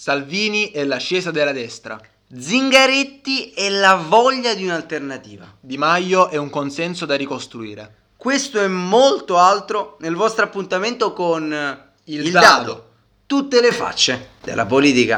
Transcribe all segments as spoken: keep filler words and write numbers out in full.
Salvini e l'ascesa della destra. Zingaretti e la voglia di un'alternativa. Di Maio è un consenso da ricostruire. Questo e molto altro nel vostro appuntamento con Il, il dado. dado. Tutte le facce della politica.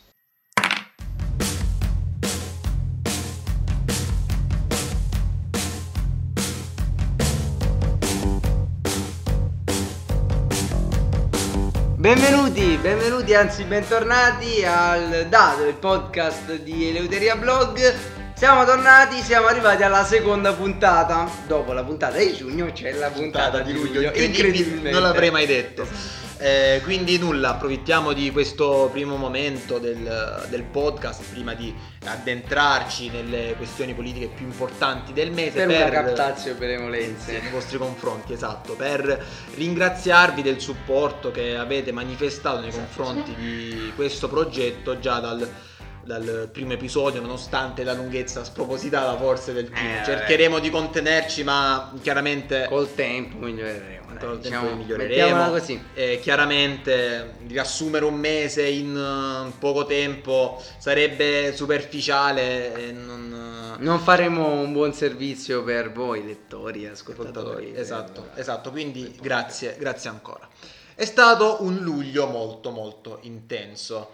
Benvenuti, benvenuti, anzi bentornati al Dado, il podcast di Eleuteria Blog. Siamo tornati, siamo arrivati alla seconda puntata. Dopo la puntata di giugno c'è la puntata, puntata di luglio, luglio. Incredibilmente. Non l'avrei mai detto. Eh, quindi nulla, approfittiamo di questo primo momento del, del podcast prima di addentrarci nelle questioni politiche più importanti del mese per, per una captatio benevolenza nei vostri confronti, esatto, per ringraziarvi del supporto che avete manifestato nei confronti di questo progetto già dal dal primo episodio, nonostante la lunghezza spropositata forse del primo. Eh, cercheremo di contenerci, ma chiaramente col tempo miglioreremo. Col diciamo, tempo miglioreremo. Così. Eh, chiaramente riassumere un mese in uh, poco tempo sarebbe superficiale e non, uh... non faremo un buon servizio per voi lettori e ascoltatori. Esatto, per... esatto. Quindi grazie, grazie ancora. È stato un luglio molto molto intenso.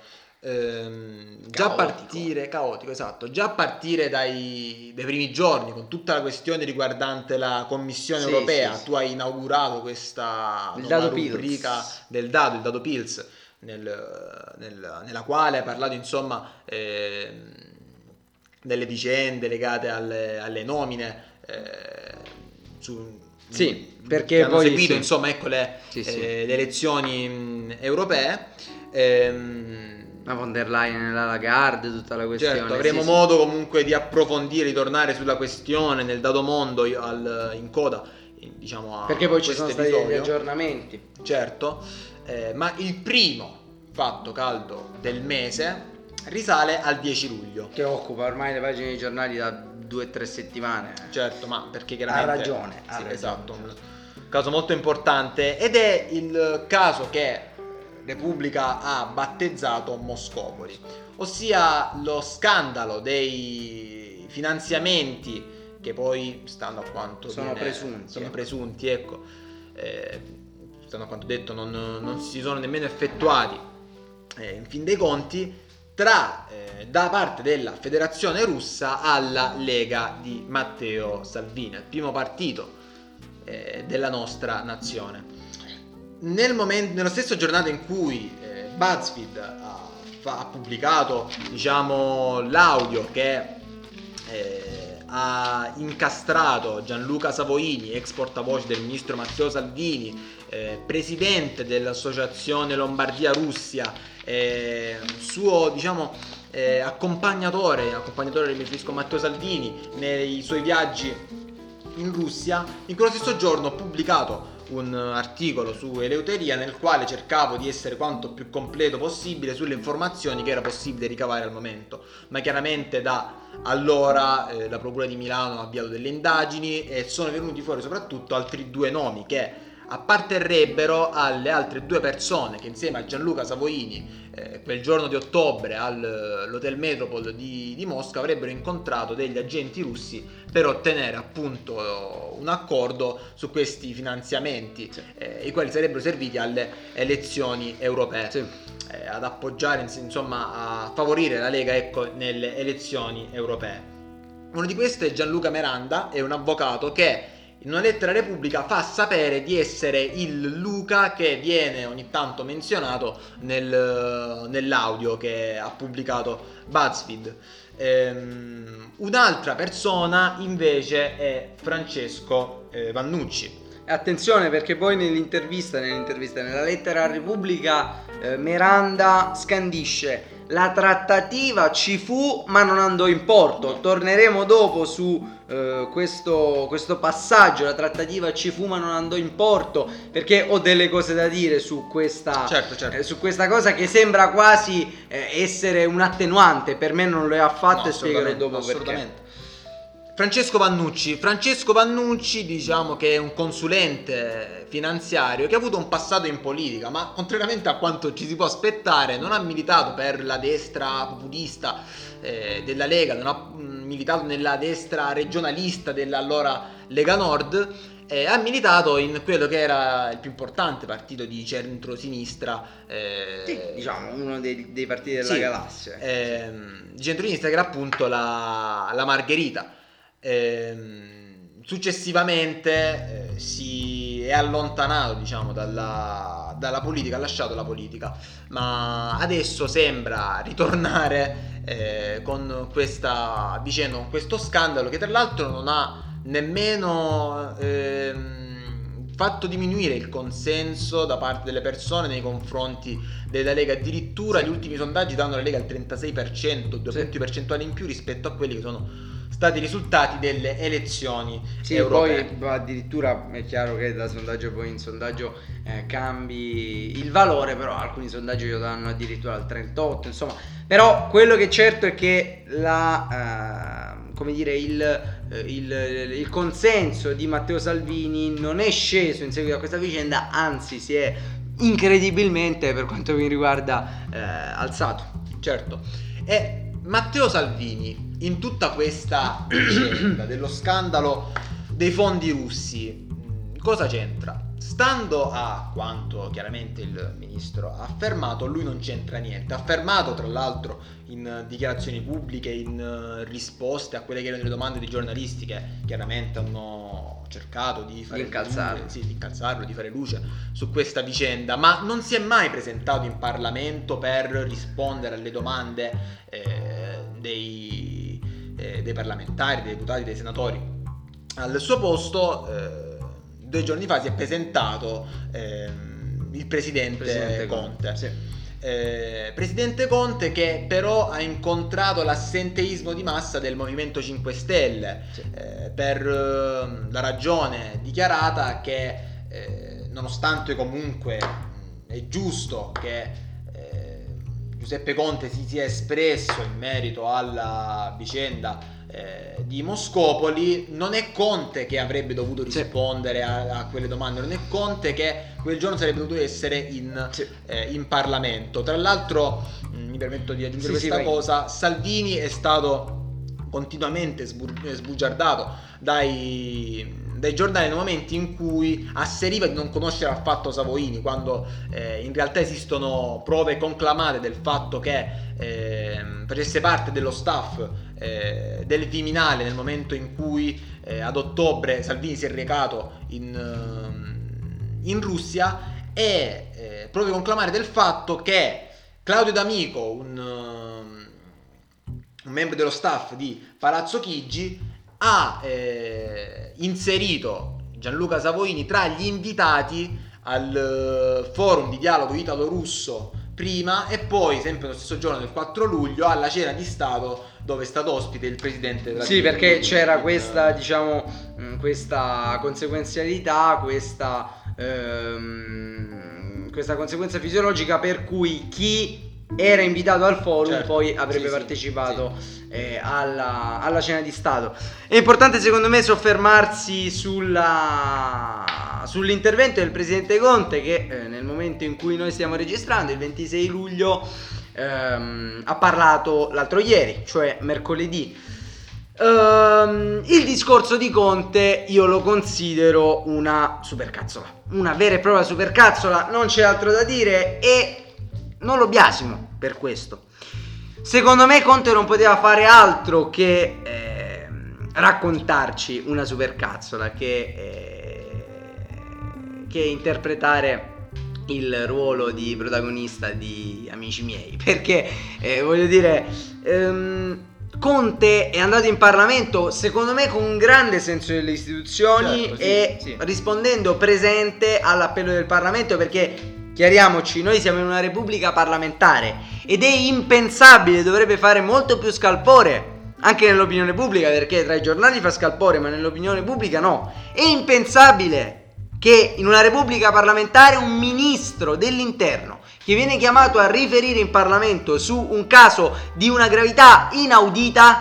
Ehm, già a partire caotico, esatto, già a partire dai, dai primi giorni con tutta la questione riguardante la Commissione sì, europea, sì, sì. Tu hai inaugurato questa il nuova rubrica del dado, il dado Pils, nel, nel, nella quale hai parlato insomma eh, delle vicende legate alle, alle nomine eh, su, sì, perché che hanno poi seguito sì. insomma ecco le, sì, eh, sì. le elezioni mh, europee. Ehm, La von der Leyen e la Lagarde, tutta la questione. Certo, avremo sì, modo sì. comunque di approfondire, di tornare sulla questione nel dato mondo al, in coda, diciamo a perché poi ci sono stati degli aggiornamenti. Certo, eh, ma il primo fatto caldo del mese risale al dieci luglio. Che occupa ormai le pagine dei giornali da due o tre settimane. Certo, ma perché chiaramente... Ha ragione, ha sì, ragione. Esatto, un caso molto importante ed è il caso che Repubblica ha battezzato Moscopoli, ossia lo scandalo dei finanziamenti che poi stanno a quanto sono viene, presunti, sono eh. presunti, ecco, eh, stanno a quanto detto non, non si sono nemmeno effettuati eh, in fin dei conti tra eh, da parte della Federazione Russa alla Lega di Matteo Salvini, il primo partito eh, della nostra nazione. Nel momento, nello stesso giornata in cui eh, BuzzFeed ha, fa, ha pubblicato diciamo l'audio che eh, ha incastrato Gianluca Savoini, ex portavoce del ministro Matteo Salvini, eh, presidente dell'associazione Lombardia Russia, eh, suo diciamo eh, accompagnatore, accompagnatore mi riferisco a Matteo Salvini nei suoi viaggi in Russia, in quello stesso giorno ho pubblicato un articolo su Eleuteria nel quale cercavo di essere quanto più completo possibile sulle informazioni che era possibile ricavare al momento, ma chiaramente da allora eh, la Procura di Milano ha avviato delle indagini e sono venuti fuori soprattutto altri due nomi che apparterrebbero alle altre due persone che insieme a Gianluca Savoini eh, quel giorno di ottobre all'Hotel Metropol di, di Mosca avrebbero incontrato degli agenti russi per ottenere appunto un accordo su questi finanziamenti sì. eh, i quali sarebbero serviti alle elezioni europee sì. eh, ad appoggiare insomma a favorire la Lega ecco nelle elezioni europee. Uno di questi è Gianluca Meranda, è un avvocato che in una lettera a Repubblica fa sapere di essere il Luca che viene ogni tanto menzionato nel, nell'audio che ha pubblicato BuzzFeed. Ehm, un'altra persona invece è Francesco eh, Vannucci. Attenzione perché poi nell'intervista, nell'intervista nella lettera a Repubblica eh, Meranda scandisce: la trattativa ci fu ma non andò in porto. Torneremo dopo su eh, questo, questo passaggio, la trattativa ci fu ma non andò in porto, perché ho delle cose da dire su questa, certo, certo. Eh, su questa cosa che sembra quasi eh, essere un attenuante. Per me non lo è affatto, no, e spiegherò dopo assolutamente. perché. Francesco Vannucci. Francesco Vannucci, diciamo che è un consulente finanziario che ha avuto un passato in politica, ma contrariamente a quanto ci si può aspettare, non ha militato per la destra populista eh, della Lega, non ha mh, militato nella destra regionalista dell'allora Lega Nord, eh, ha militato in quello che era il più importante partito di centrosinistra. Eh, Sì, diciamo, uno dei, dei partiti della sì, galassia. eh, di centrosinistra, che era appunto la, la Margherita. Ehm, successivamente eh, si è allontanato, diciamo, dalla, dalla politica, ha lasciato la politica, ma adesso sembra ritornare eh, con questa vicenda, con questo scandalo che tra l'altro non ha nemmeno ehm, fatto diminuire il consenso da parte delle persone nei confronti della Lega. Addirittura Sì. gli ultimi sondaggi danno alla Lega il trentasei per cento, due Sì. punti percentuali in più rispetto a quelli che sono stati i risultati delle elezioni Sì, europee. poi addirittura è chiaro che da sondaggio poi in sondaggio eh, cambi il valore, però alcuni sondaggi lo danno addirittura al trentotto, insomma. Però quello che è certo è che la, eh, come dire, il, eh, il, il consenso di Matteo Salvini non è sceso in seguito a questa vicenda, anzi si è incredibilmente, per quanto mi riguarda, eh, alzato. Certo. E Matteo Salvini, in tutta questa vicenda dello scandalo dei fondi russi, cosa c'entra? Stando a quanto chiaramente il ministro ha affermato, lui non c'entra niente. Ha affermato, tra l'altro, in dichiarazioni pubbliche, in risposte a quelle che erano le domande dei giornalisti che chiaramente hanno cercato di fare Di incalzarlo. luce, sì, di incalzarlo, di fare luce su questa vicenda, ma non si è mai presentato in Parlamento per rispondere alle domande eh, dei, eh, dei parlamentari, dei deputati, dei senatori. Al suo posto eh, due giorni fa si è presentato ehm, il presidente, Presidente Conte, Conte, sì. eh, presidente Conte, che però ha incontrato l'assenteismo di massa del Movimento cinque Stelle, Sì. eh, per eh, la ragione dichiarata che eh, nonostante comunque mh, è giusto che eh, Giuseppe Conte si sia espresso in merito alla vicenda eh, di Moscopoli, non è Conte che avrebbe dovuto Sì. rispondere a, a quelle domande, non è Conte che quel giorno sarebbe dovuto essere in, Sì. eh, in Parlamento. Tra l'altro mh, mi permetto di aggiungere Sì, sì, questa vai. cosa: Salvini è stato continuamente sbur- sbugiardato dai, dai giornali nei momenti in cui asseriva di non conoscere affatto Savoini, quando eh, in realtà esistono prove conclamate del fatto che eh, facesse parte dello staff eh, del Viminale nel momento in cui eh, ad ottobre Salvini si è recato in, eh, in Russia, e eh, prove conclamate del fatto che Claudio D'Amico, un, un membro dello staff di Palazzo Chigi, ha eh, inserito Gianluca Savoini tra gli invitati al forum di dialogo italo-russo prima, e poi sempre lo stesso giorno del quattro luglio alla cena di Stato dove è stato ospite il presidente della Sì, perché c'era in- questa, diciamo, mh, questa conseguenzialità, questa, ehm, questa conseguenza fisiologica per cui chi era invitato al forum Certo, poi avrebbe sì, sì, partecipato eh, alla, alla cena di Stato. È importante secondo me soffermarsi sulla, sull'intervento del presidente Conte che eh, nel momento in cui noi stiamo registrando, il ventisei luglio, ehm, ha parlato l'altro ieri, cioè mercoledì. Ehm, il discorso di Conte io lo considero una supercazzola, una vera e propria supercazzola, non c'è altro da dire, e non lo biasimo per questo. Secondo me Conte non poteva fare altro che eh, raccontarci una supercazzola, che, eh, che interpretare il ruolo di protagonista di Amici miei, perché eh, voglio dire, ehm, Conte è andato in Parlamento secondo me con un grande senso delle istituzioni, Certo, sì, e sì. rispondendo presente all'appello del Parlamento, perché chiariamoci, noi siamo in una repubblica parlamentare ed è impensabile, dovrebbe fare molto più scalpore anche nell'opinione pubblica, perché tra i giornali fa scalpore ma nell'opinione pubblica no. È impensabile che in una repubblica parlamentare un ministro dell'interno che viene chiamato a riferire in Parlamento su un caso di una gravità inaudita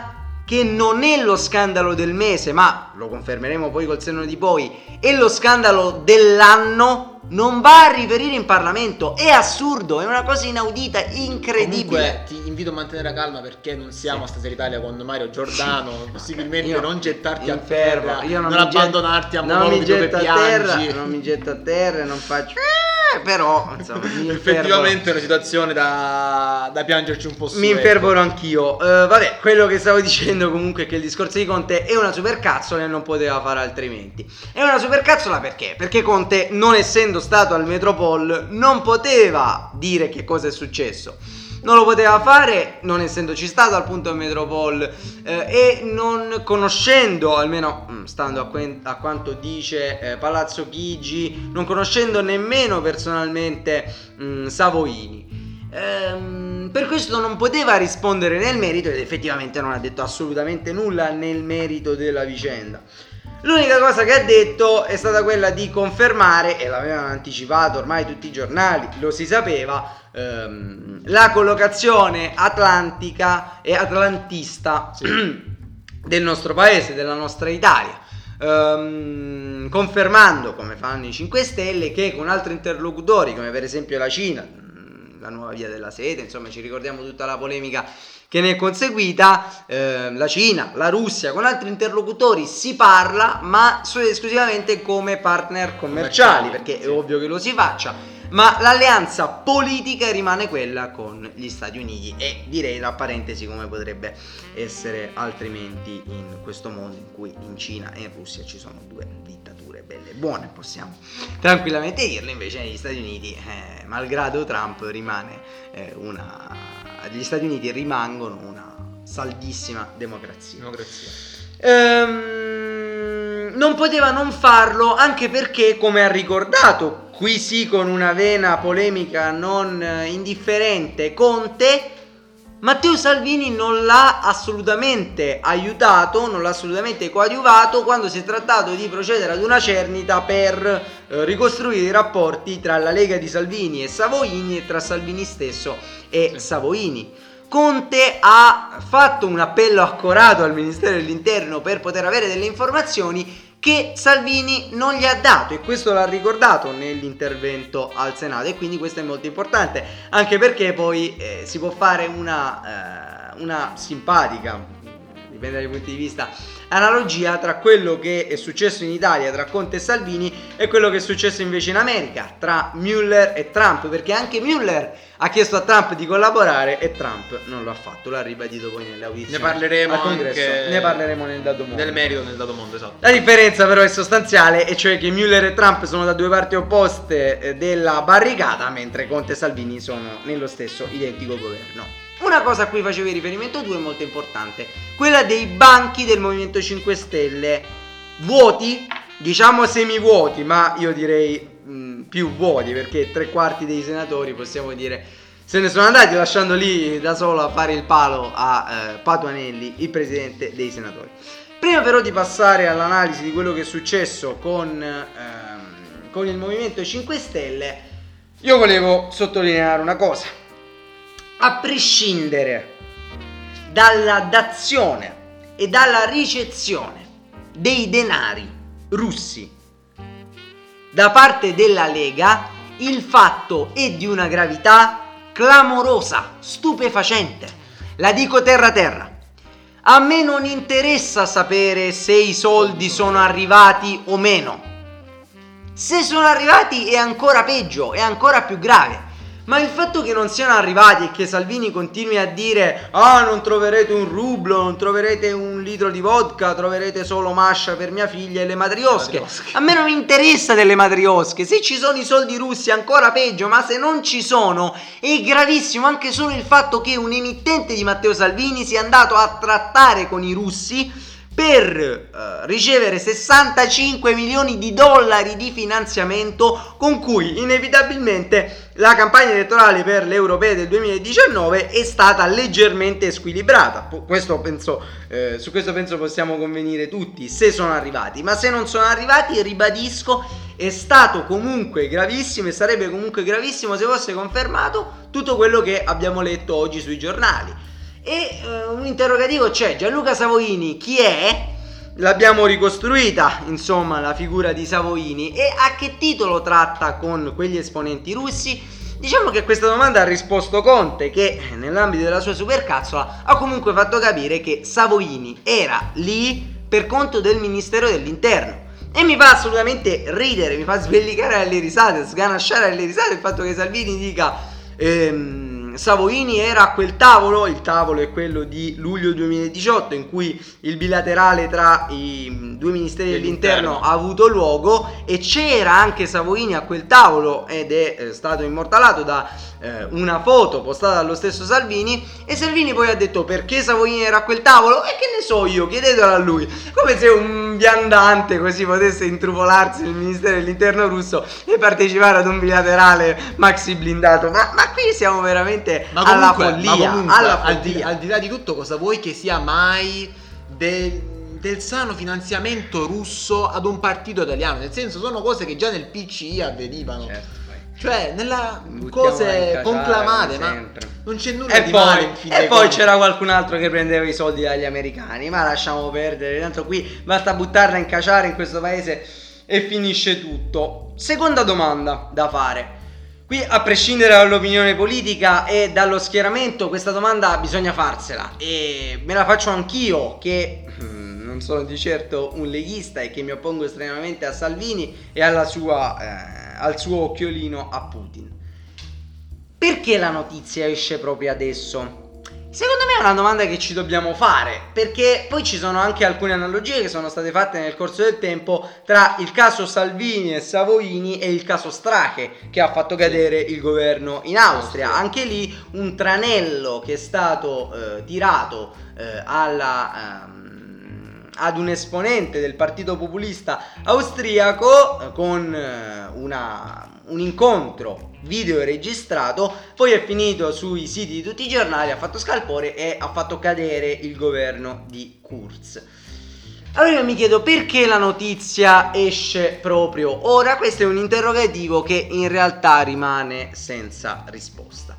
che non è lo scandalo del mese, ma lo confermeremo poi col senno di poi, è lo scandalo dell'anno, non va a riferire in Parlamento. È assurdo, è una cosa inaudita, incredibile. Comunque ti invito a mantenere la calma, perché non siamo a Stasera Italia con Mario Giordano. Sì. Possibilmente Io non gettarti a infermo. terra, Io non, non mi abbandonarti getto, a non mi monologhi dove getto a terra, piangi. non mi getto a terra, non faccio eh, però insomma mi effettivamente è una situazione da, da piangerci un po' su. Mi infervoro anch'io. Uh, vabbè, quello che stavo dicendo comunque è che il discorso di Conte è una supercazzola e non poteva fare altrimenti. È una supercazzola perché? Perché Conte, non essendo stato al Metropol, non poteva dire che cosa è successo. Non lo poteva fare non essendoci stato al punto del Metropol eh, e non conoscendo, almeno mh, stando a, que- a quanto dice eh, Palazzo Chigi, non conoscendo nemmeno personalmente mh, Savoini. Ehm, per questo non poteva rispondere nel merito ed effettivamente non ha detto assolutamente nulla nel merito della vicenda. L'unica cosa che ha detto è stata quella di confermare, e l'avevano anticipato ormai tutti i giornali, lo si sapeva, ehm, la collocazione atlantica e atlantista sì. del nostro paese, della nostra Italia. Ehm, confermando, come fanno i cinque Stelle, che con altri interlocutori, come per esempio la Cina, la nuova via della seta, insomma ci ricordiamo tutta la polemica che ne è conseguita, eh, la Cina, la Russia, con altri interlocutori si parla, ma solo esclusivamente come partner commerciali, perché è ovvio che lo si faccia, ma l'alleanza politica rimane quella con gli Stati Uniti e direi tra parentesi come potrebbe essere altrimenti in questo mondo in cui in Cina e in Russia ci sono due dittature belle e buone, possiamo tranquillamente dirlo. Invece negli Stati Uniti, eh, malgrado Trump, rimane eh, una... gli Stati Uniti rimangono una saldissima democrazia. democrazia. Ehm, non poteva non farlo anche perché, come ha ricordato, qui sì con una vena polemica non indifferente, Conte, Matteo Salvini non l'ha assolutamente aiutato, non l'ha assolutamente coadiuvato quando si è trattato di procedere ad una cernita per eh, ricostruire i rapporti tra la Lega di Salvini e Savoini e tra Salvini stesso e Savoini. Conte ha fatto un appello accorato al Ministero dell'Interno per poter avere delle informazioni che Salvini non gli ha dato, e questo l'ha ricordato nell'intervento al Senato, e quindi questo è molto importante, anche perché poi eh, si può fare una, eh, una simpatica, dipende dai punti di vista, analogia tra quello che è successo in Italia tra Conte e Salvini e quello che è successo invece in America tra Mueller e Trump, perché anche Mueller ha chiesto a Trump di collaborare e Trump non lo ha fatto, l'ha ribadito poi nelle audizioni. Ne parleremo al Congresso. anche Ne parleremo nel dato mondo. Nel merito nel dato mondo, esatto. La differenza però è sostanziale, e cioè che Mueller e Trump sono da due parti opposte della barricata, mentre Conte e Salvini sono nello stesso identico governo. Una cosa a cui facevi riferimento tu è molto importante, quella dei banchi del Movimento cinque Stelle vuoti, diciamo semivuoti, ma io direi mh, più vuoti, perché tre quarti dei senatori, possiamo dire, se ne sono andati, lasciando lì da solo a fare il palo a eh, Patuanelli, il presidente dei senatori. Prima però di passare all'analisi di quello che è successo con, ehm, con il Movimento cinque Stelle, io volevo sottolineare una cosa. A prescindere dalla dazione e dalla ricezione dei denari russi da parte della Lega, il fatto è di una gravità clamorosa, stupefacente. La dico terra terra. A me non interessa sapere se i soldi sono arrivati o meno. Se sono arrivati è ancora peggio, è ancora più grave. Ma il fatto che non siano arrivati e che Salvini continui a dire ah, non troverete un rublo, non troverete un litro di vodka, troverete solo mascia per mia figlia e le matriosche. A me non mi interessa delle matriosche. Se ci sono i soldi russi ancora peggio, ma se non ci sono è gravissimo anche solo il fatto che un emittente di Matteo Salvini sia andato a trattare con i russi per uh, ricevere sessantacinque milioni di dollari di finanziamento, con cui inevitabilmente la campagna elettorale per le europee del duemiladiciannove è stata leggermente squilibrata. Questo penso, eh, su questo penso possiamo convenire tutti, se sono arrivati. Ma se non sono arrivati, ribadisco, è stato comunque gravissimo e sarebbe comunque gravissimo se fosse confermato tutto quello che abbiamo letto oggi sui giornali. E uh, un interrogativo c'è. Gianluca Savoini chi è? L'abbiamo ricostruita, insomma, la figura di Savoini, e a che titolo tratta con quegli esponenti russi? Diciamo che a questa domanda ha risposto Conte, che nell'ambito della sua supercazzola ha comunque fatto capire che Savoini era lì per conto del Ministero dell'Interno. E mi fa assolutamente ridere, mi fa sbellicare alle risate, sganasciare alle risate il fatto che Salvini dica ehm, Savoini era a quel tavolo. Il tavolo è quello di luglio duemiladiciotto, in cui il bilaterale tra i due ministeri dell'interno, dell'interno ha avuto luogo, e c'era anche Savoini a quel tavolo, ed è eh, stato immortalato da eh, una foto postata dallo stesso Salvini. E Salvini poi ha detto: perché Savoini era a quel tavolo? E che ne so io, chiedetelo a lui. Come se un viandante così potesse intrufolarsi nel ministero dell'interno russo e partecipare ad un bilaterale maxi blindato. Ma, ma qui siamo veramente Ma alla comunque, follia, ma comunque, alla al, di, follia. al di là di tutto, cosa vuoi che sia mai del, del sano finanziamento russo ad un partito italiano? Nel senso, sono cose che già nel P C I avvenivano. Certo. Cioè, nella Buttiamola in cose caciara, conclamate, come ma sempre. non c'è nulla E di poi, male in fin e dei poi conti. c'era qualcun altro che prendeva i soldi dagli americani. Ma lasciamo perdere, tanto qui basta buttarla in caciara in questo paese e finisce tutto. Seconda domanda da fare. Qui, a prescindere dall'opinione politica e dallo schieramento, questa domanda bisogna farsela, e me la faccio anch'io, che mm, non sono di certo un leghista e che mi oppongo estremamente a Salvini e alla sua, eh, al suo occhiolino a Putin. Perché la notizia esce proprio adesso? Secondo me è una domanda che ci dobbiamo fare, perché poi ci sono anche alcune analogie che sono state fatte nel corso del tempo tra il caso Salvini e Savoini e il caso Strache, che ha fatto cadere il governo in Austria. Anche lì un tranello che è stato eh, tirato eh, alla... Ehm, ad un esponente del partito populista austriaco eh, con eh, una, un incontro video registrato, poi è finito sui siti di tutti i giornali, ha fatto scalpore e ha fatto cadere il governo di Kurz. Allora io mi chiedo perché la notizia esce proprio ora. Questo è un interrogativo che in realtà rimane senza risposta.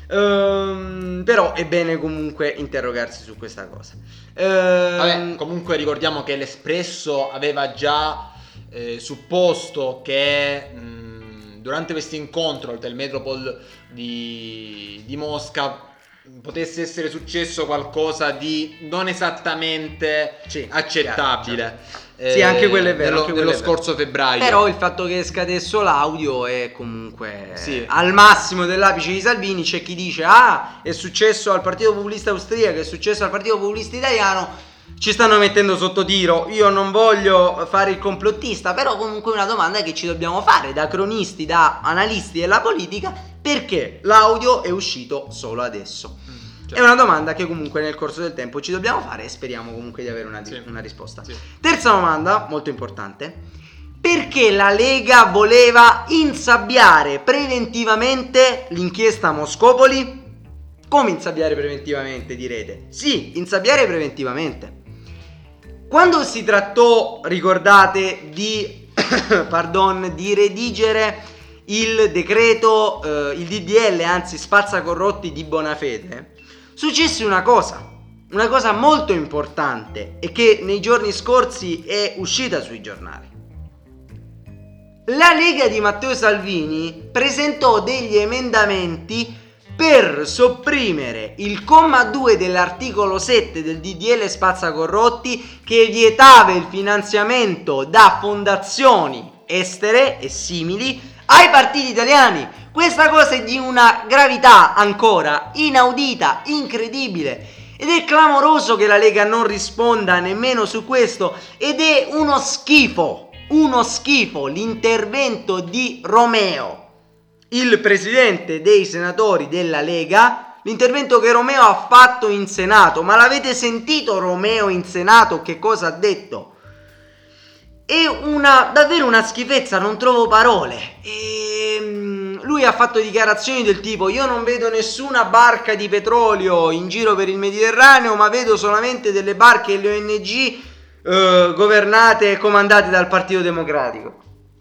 Ehm, però è bene comunque interrogarsi su questa cosa. Ehm, Vabbè, comunque ricordiamo che l'Espresso aveva già eh, supposto che mh, durante questo incontro del Metropol di, di Mosca potesse essere successo qualcosa di non esattamente sì, accettabile. chiaro, certo. Sì, anche quello è vero, nello, anche quello nello è vero. scorso febbraio. Però il fatto che esca adesso l'audio è comunque sì. al massimo dell'apice di Salvini. C'è chi dice: ah, è successo al Partito Populista Austriaco, è successo al Partito Populista Italiano, ci stanno mettendo sotto tiro. Io non voglio fare il complottista, però comunque è una domanda che ci dobbiamo fare da cronisti, da analisti della politica: perché l'audio è uscito solo adesso? È una domanda che comunque nel corso del tempo ci dobbiamo fare e speriamo comunque di avere una, sì. una risposta. Sì. Terza domanda, molto importante: perché la Lega voleva insabbiare preventivamente l'inchiesta Moscopoli? Come insabbiare preventivamente, direte? Sì, insabbiare preventivamente. Quando si trattò, ricordate, di, pardon, di redigere il decreto, eh, il D D L, anzi spazzacorrotti di Bonafede, successe una cosa, una cosa molto importante e che nei giorni scorsi è uscita sui giornali. La Lega di Matteo Salvini presentò degli emendamenti per sopprimere il comma due dell'articolo sette del D D L spazzacorrotti, che vietava il finanziamento da fondazioni estere e simili ai partiti italiani. Questa cosa è di una gravità ancora inaudita, incredibile, ed è clamoroso che la Lega non risponda nemmeno su questo, ed è uno schifo, uno schifo l'intervento di Romeo, il presidente dei senatori della Lega, l'intervento che Romeo ha fatto in Senato. Ma l'avete sentito Romeo in Senato che cosa ha detto? È una, davvero una schifezza, non trovo parole. E lui ha fatto dichiarazioni del tipo: io non vedo nessuna barca di petrolio in giro per il Mediterraneo, ma vedo solamente delle barche L O N G eh, governate e comandate dal Partito Democratico.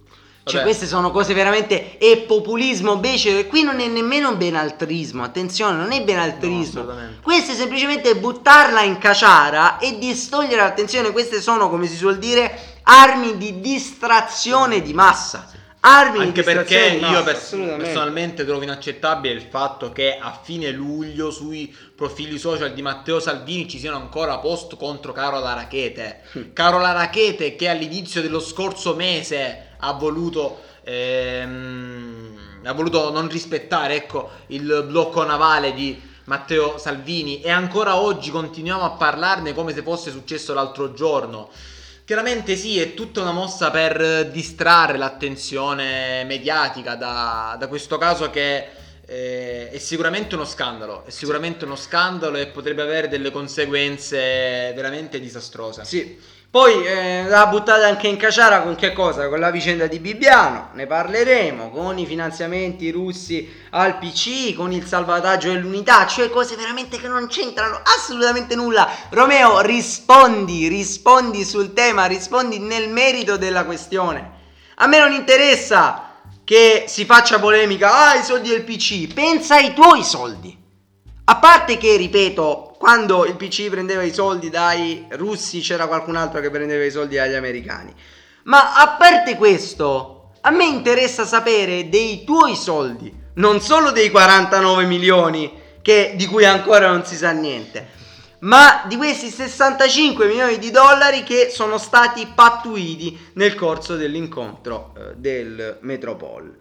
Cioè queste sono cose veramente, è populismo becero, e qui non è nemmeno benaltrismo, attenzione, non è benaltrismo, No, questo è semplicemente buttarla in caciara e distogliere l'attenzione. Queste sono, come si suol dire, armi di distrazione di massa. Armi Anche di distrazione perché di massa, io per- assolutamente. personalmente trovo inaccettabile il fatto che a fine luglio sui profili social di Matteo Salvini ci siano ancora post contro Carola Rackete. Carola Rackete che all'inizio dello scorso mese ha voluto ehm, ha voluto non rispettare, ecco, il blocco navale di Matteo Salvini, e ancora oggi continuiamo a parlarne come se fosse successo l'altro giorno. Chiaramente sì, è tutta una mossa per distrarre l'attenzione mediatica da, da questo caso che eh, è sicuramente uno scandalo, è sicuramente uno scandalo e potrebbe avere delle conseguenze veramente disastrose. Sì. Poi eh, l'ha buttata anche in caciara con che cosa? Con la vicenda di Bibbiano, ne parleremo, con i finanziamenti russi al P C, con il salvataggio dell'unità, cioè cose veramente che non c'entrano assolutamente nulla. Romeo, rispondi, rispondi sul tema, rispondi nel merito della questione. A me non interessa che si faccia polemica, ah, i soldi del P C, pensa ai tuoi soldi. A parte che, ripeto, quando il P C prendeva i soldi dai russi c'era qualcun altro che prendeva i soldi dagli americani. Ma a parte questo, a me interessa sapere dei tuoi soldi, non solo dei quarantanove milioni che, di cui ancora non si sa niente, ma di questi sessantacinque milioni di dollari che sono stati pattuiti nel corso dell'incontro eh, del Metropol.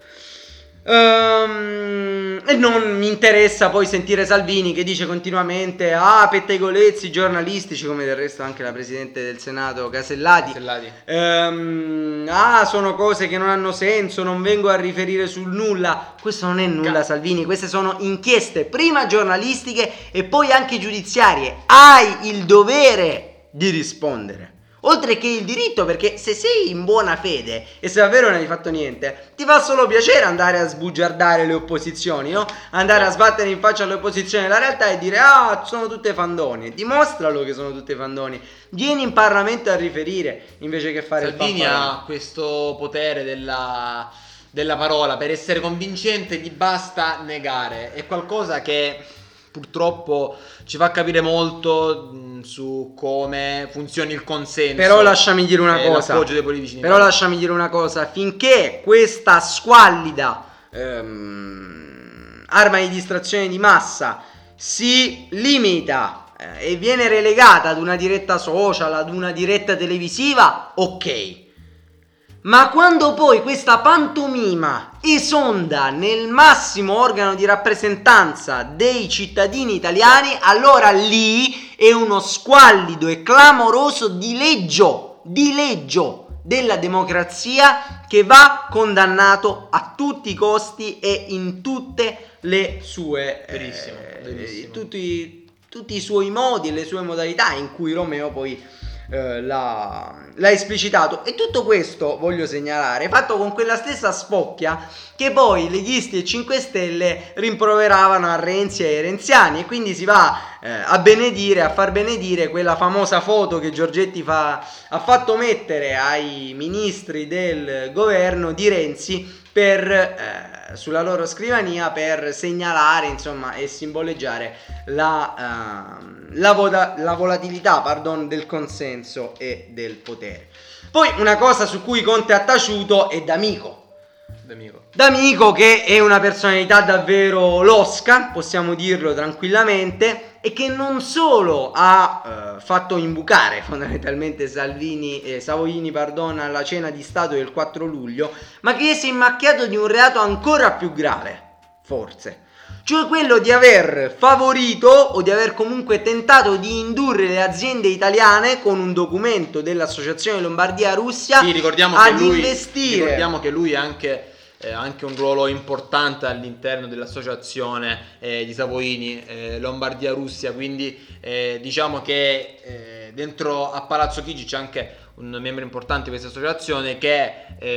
Um, e non mi interessa poi sentire Salvini che dice continuamente ah, pettegolezzi giornalistici, come del resto anche la Presidente del Senato Casellati, Casellati. Um, ah, sono cose che non hanno senso, non vengo a riferire sul nulla. Questo non è nulla, Salvini, queste sono inchieste prima giornalistiche e poi anche giudiziarie. Hai il dovere di rispondere, oltre che il diritto, perché se sei in buona fede e se davvero non hai fatto niente, ti fa solo piacere andare a sbugiardare le opposizioni, no? Andare a sbattere in faccia alle opposizioni la realtà e dire ah, sono tutte fandoni. Dimostralo che sono tutte fandoni. Vieni in Parlamento a riferire invece che fare Salvini il fanfarone. ha questo potere della, della parola, per essere convincente gli basta negare. È qualcosa che purtroppo ci fa capire molto mh, su come funzioni il consenso. Però lasciami dire una e cosa. l'appoggio dei politici in Però Italia. lasciami dire una cosa. Finché questa squallida ehm, arma di distrazione di massa si limita eh, e viene relegata ad una diretta social, ad una diretta televisiva, ok. Ma quando poi questa pantomima esonda nel massimo organo di rappresentanza dei cittadini italiani, allora lì è uno squallido e clamoroso dileggio, dileggio della democrazia che va condannato a tutti i costi e in tutte le sue Verissimo, eh, verissimo. tutti, tutti i suoi modi e le sue modalità, in cui Romeo poi Eh, l'ha, l'ha esplicitato. E tutto questo, voglio segnalare, fatto con quella stessa spocchia che poi leghisti e cinque Stelle rimproveravano a Renzi e ai renziani, e quindi si va eh, a benedire, a far benedire quella famosa foto che Giorgetti fa, ha fatto mettere ai ministri del governo di Renzi per eh, sulla loro scrivania, per segnalare, insomma, e simboleggiare la, uh, la, voda- la volatilità, pardon, del consenso e del potere. Poi una cosa su cui Conte ha taciuto è D'Amico. D'Amico. D'Amico, che è una personalità davvero losca, possiamo dirlo tranquillamente, e che non solo ha eh, fatto imbucare fondamentalmente Salvini e eh, Savoini, pardon, alla cena di Stato del quattro luglio, ma che si è macchiato di un reato ancora più grave, forse. Cioè quello di aver favorito o di aver comunque tentato di indurre le aziende italiane, con un documento dell'Associazione Lombardia Russia, Sì, ricordiamo ad che lui, investire. Ricordiamo che lui ha anche, eh, anche un ruolo importante all'interno dell'associazione eh, di Savoini, eh, Lombardia Russia, quindi eh, diciamo che eh, dentro a Palazzo Chigi c'è anche un membro importante di questa associazione che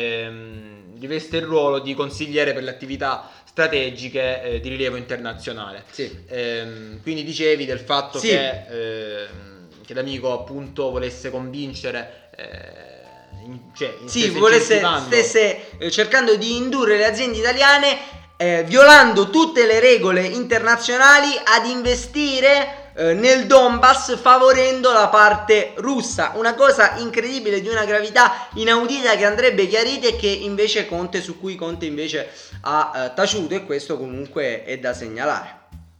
ehm, riveste il ruolo di consigliere per le attività strategiche eh, di rilievo internazionale. Sì. Ehm, quindi dicevi del fatto Sì. che, ehm, che D'Amico appunto volesse convincere eh, in, cioè, sì, stesse volesse, incentivando- stesse eh, cercando di indurre le aziende italiane, eh, violando tutte le regole internazionali, ad investire eh, nel Donbass, favorendo la parte russa. Una cosa incredibile, di una gravità inaudita, che andrebbe chiarita e che invece Conte, su cui Conte invece ha eh, taciuto, e questo comunque è da segnalare.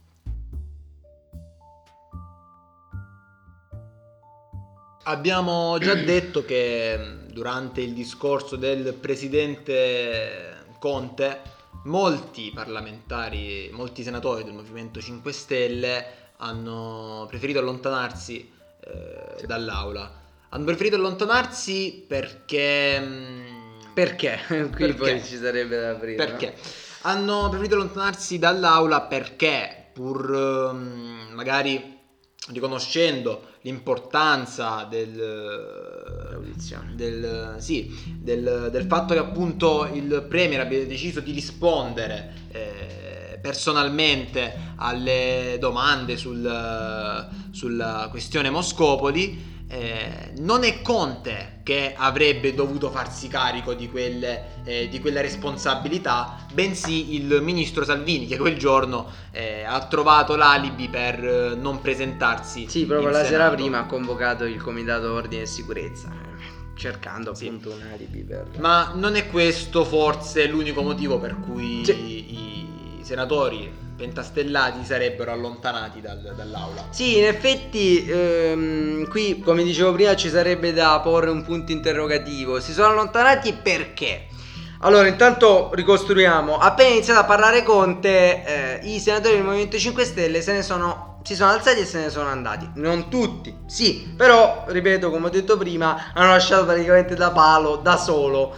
Abbiamo già detto che mh, durante il discorso del presidente Conte molti parlamentari, molti senatori del Movimento cinque Stelle hanno preferito allontanarsi eh, Sì. dall'aula. Hanno preferito allontanarsi perché... mh, Perché? Qui Perché? poi ci sarebbe da aprire. Perché? no? Hanno preferito allontanarsi dall'aula perché, pur ehm, magari riconoscendo l'importanza del, L'audizione. del, sì, del, del fatto che appunto il Premier abbia deciso di rispondere eh, personalmente alle domande sul, sulla questione Moscopoli, eh, non è Conte che avrebbe dovuto farsi carico di quelle, eh, di quella responsabilità, bensì il ministro Salvini, che quel giorno eh, ha trovato l'alibi per eh, non presentarsi. Sì, proprio in la sera Senato. prima ha convocato il Comitato Ordine e Sicurezza, eh, cercando Sì. appunto un alibi per... Ma non è questo forse l'unico motivo per cui Sì. i, i senatori pentastellati sarebbero allontanati dal- dall'aula? Sì, in effetti ehm, qui, come dicevo prima, ci sarebbe da porre un punto interrogativo. Si sono allontanati perché? Allora, intanto ricostruiamo. Appena iniziato a parlare Conte, eh, i senatori del Movimento cinque Stelle se ne sono, si sono alzati e se ne sono andati. Non tutti, sì, però, ripeto, come ho detto prima, hanno lasciato praticamente da palo, da solo,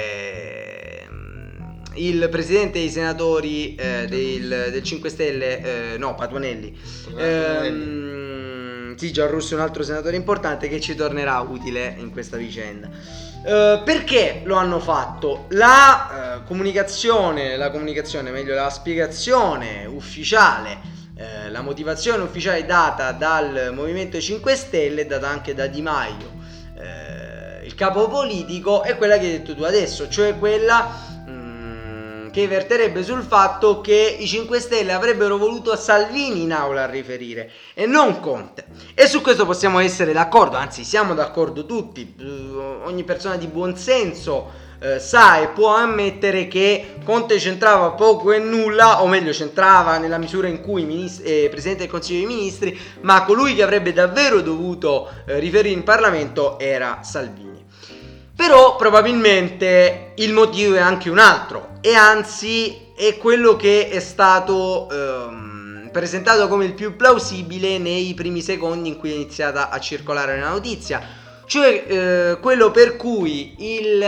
ehm, il presidente dei senatori eh, del, del cinque Stelle, eh, no, Patuanelli. Ehm, sì, Gianrusso è un altro senatore importante che ci tornerà utile in questa vicenda. Eh, perché lo hanno fatto? La eh, comunicazione, la comunicazione, meglio la spiegazione ufficiale, eh, la motivazione ufficiale data dal Movimento cinque Stelle, data anche da Di Maio, eh, il capo politico, è quella che hai detto tu adesso, cioè quella che verterebbe sul fatto che i cinque Stelle avrebbero voluto Salvini in aula a riferire e non Conte. E su questo possiamo essere d'accordo, anzi siamo d'accordo tutti. Ogni persona di buon senso eh, sa e può ammettere che Conte c'entrava poco e nulla, o meglio c'entrava nella misura in cui ministri, eh, Presidente del Consiglio dei Ministri, ma colui che avrebbe davvero dovuto eh, riferire in Parlamento era Salvini. Però probabilmente il motivo è anche un altro, e anzi è quello che è stato ehm, presentato come il più plausibile nei primi secondi in cui è iniziata a circolare la notizia, cioè eh, quello per cui il,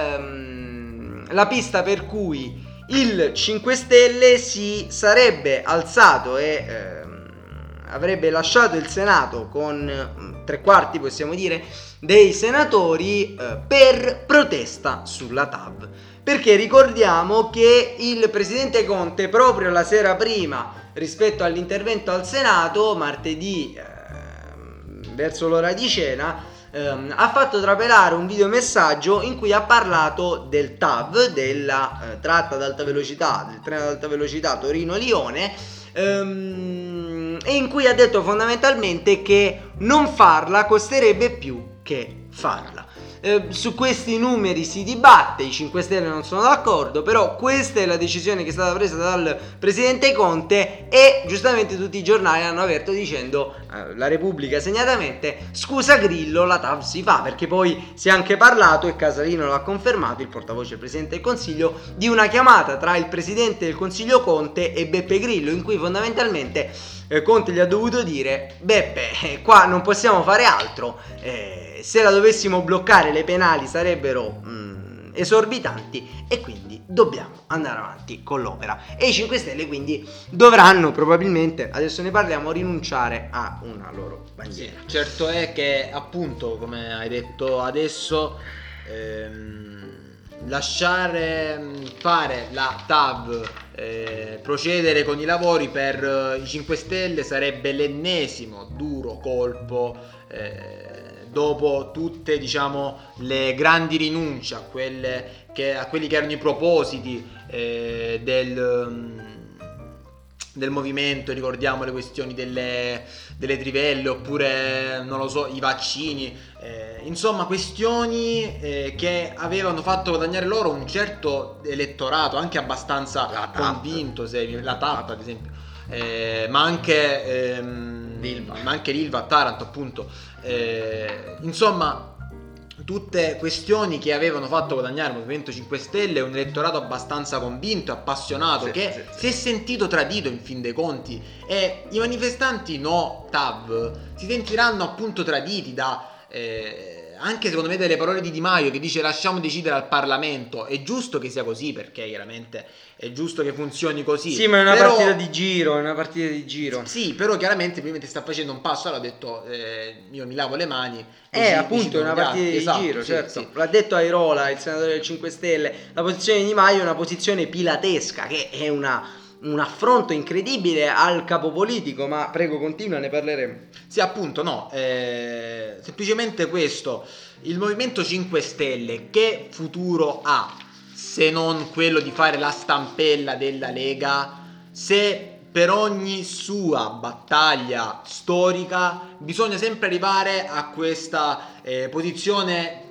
ehm, la pista per cui il cinque Stelle si sarebbe alzato e ehm, avrebbe lasciato il Senato con tre quarti, possiamo dire, dei senatori eh, per protesta sulla T A V. Perché ricordiamo che il presidente Conte, proprio la sera prima rispetto all'intervento al Senato, martedì eh, verso l'ora di cena, ehm, ha fatto trapelare un videomessaggio in cui ha parlato del T A V, della eh, tratta ad alta velocità, del treno ad alta velocità Torino-Lione, ehm, e in cui ha detto fondamentalmente che non farla costerebbe più che farla. Eh, su questi numeri si dibatte, i cinque Stelle non sono d'accordo, però questa è la decisione che è stata presa dal presidente Conte, e giustamente tutti i giornali hanno aperto dicendo, eh, la Repubblica segnatamente, scusa Grillo, la T A V si fa, perché poi si è anche parlato, e Casalino lo ha confermato, il portavoce del presidente del Consiglio, di una chiamata tra il presidente del Consiglio Conte e Beppe Grillo, in cui fondamentalmente eh, Conte gli ha dovuto dire: Beppe, eh, qua non possiamo fare altro, eh, se la dovessimo bloccare le penali sarebbero mm, esorbitanti, e quindi dobbiamo andare avanti con l'opera, e i cinque Stelle quindi dovranno probabilmente, adesso ne parliamo, rinunciare a una loro bandiera. Sì, certo è che appunto, come hai detto adesso, ehm, lasciare fare la T A V, eh, procedere con i lavori per eh, i cinque Stelle sarebbe l'ennesimo duro colpo eh, dopo tutte, diciamo, le grandi rinunce a, quelle che, a quelli che erano i propositi eh, del, del movimento, ricordiamo le questioni delle, delle trivelle, oppure non lo so, i vaccini, eh, insomma questioni eh, che avevano fatto guadagnare loro un certo elettorato anche abbastanza convinto, se, la T A P ad esempio, eh, ma anche ehm, l'Ilva. ma anche l'Ilva a Taranto, appunto, eh, insomma tutte questioni che avevano fatto guadagnare il Movimento cinque Stelle un elettorato abbastanza convinto, appassionato, sì, che sì, sì. si è sentito tradito in fin dei conti, e i manifestanti no T A V si sentiranno appunto traditi da eh, anche secondo me delle parole di Di Maio, che dice lasciamo decidere al Parlamento. È giusto che sia così, perché chiaramente è giusto che funzioni così. Sì, ma è una però, partita di giro, è una partita di giro. Sì, però chiaramente prima ti sta facendo un passo, allora ha detto eh, io mi lavo le mani. Eh, deci- appunto, è una decidono gli partita altri. di Esatto, giro, sì, certo. sì. L'ha detto Airola, il senatore del cinque Stelle. La posizione di Di Maio è una posizione pilatesca, che è una, un affronto incredibile al capo politico, ma prego continua, ne parleremo. Sì, appunto, no, eh, semplicemente questo. Il Movimento cinque Stelle che futuro ha, se non quello di fare la stampella della Lega, se per ogni sua battaglia storica bisogna sempre arrivare a questa eh, posizione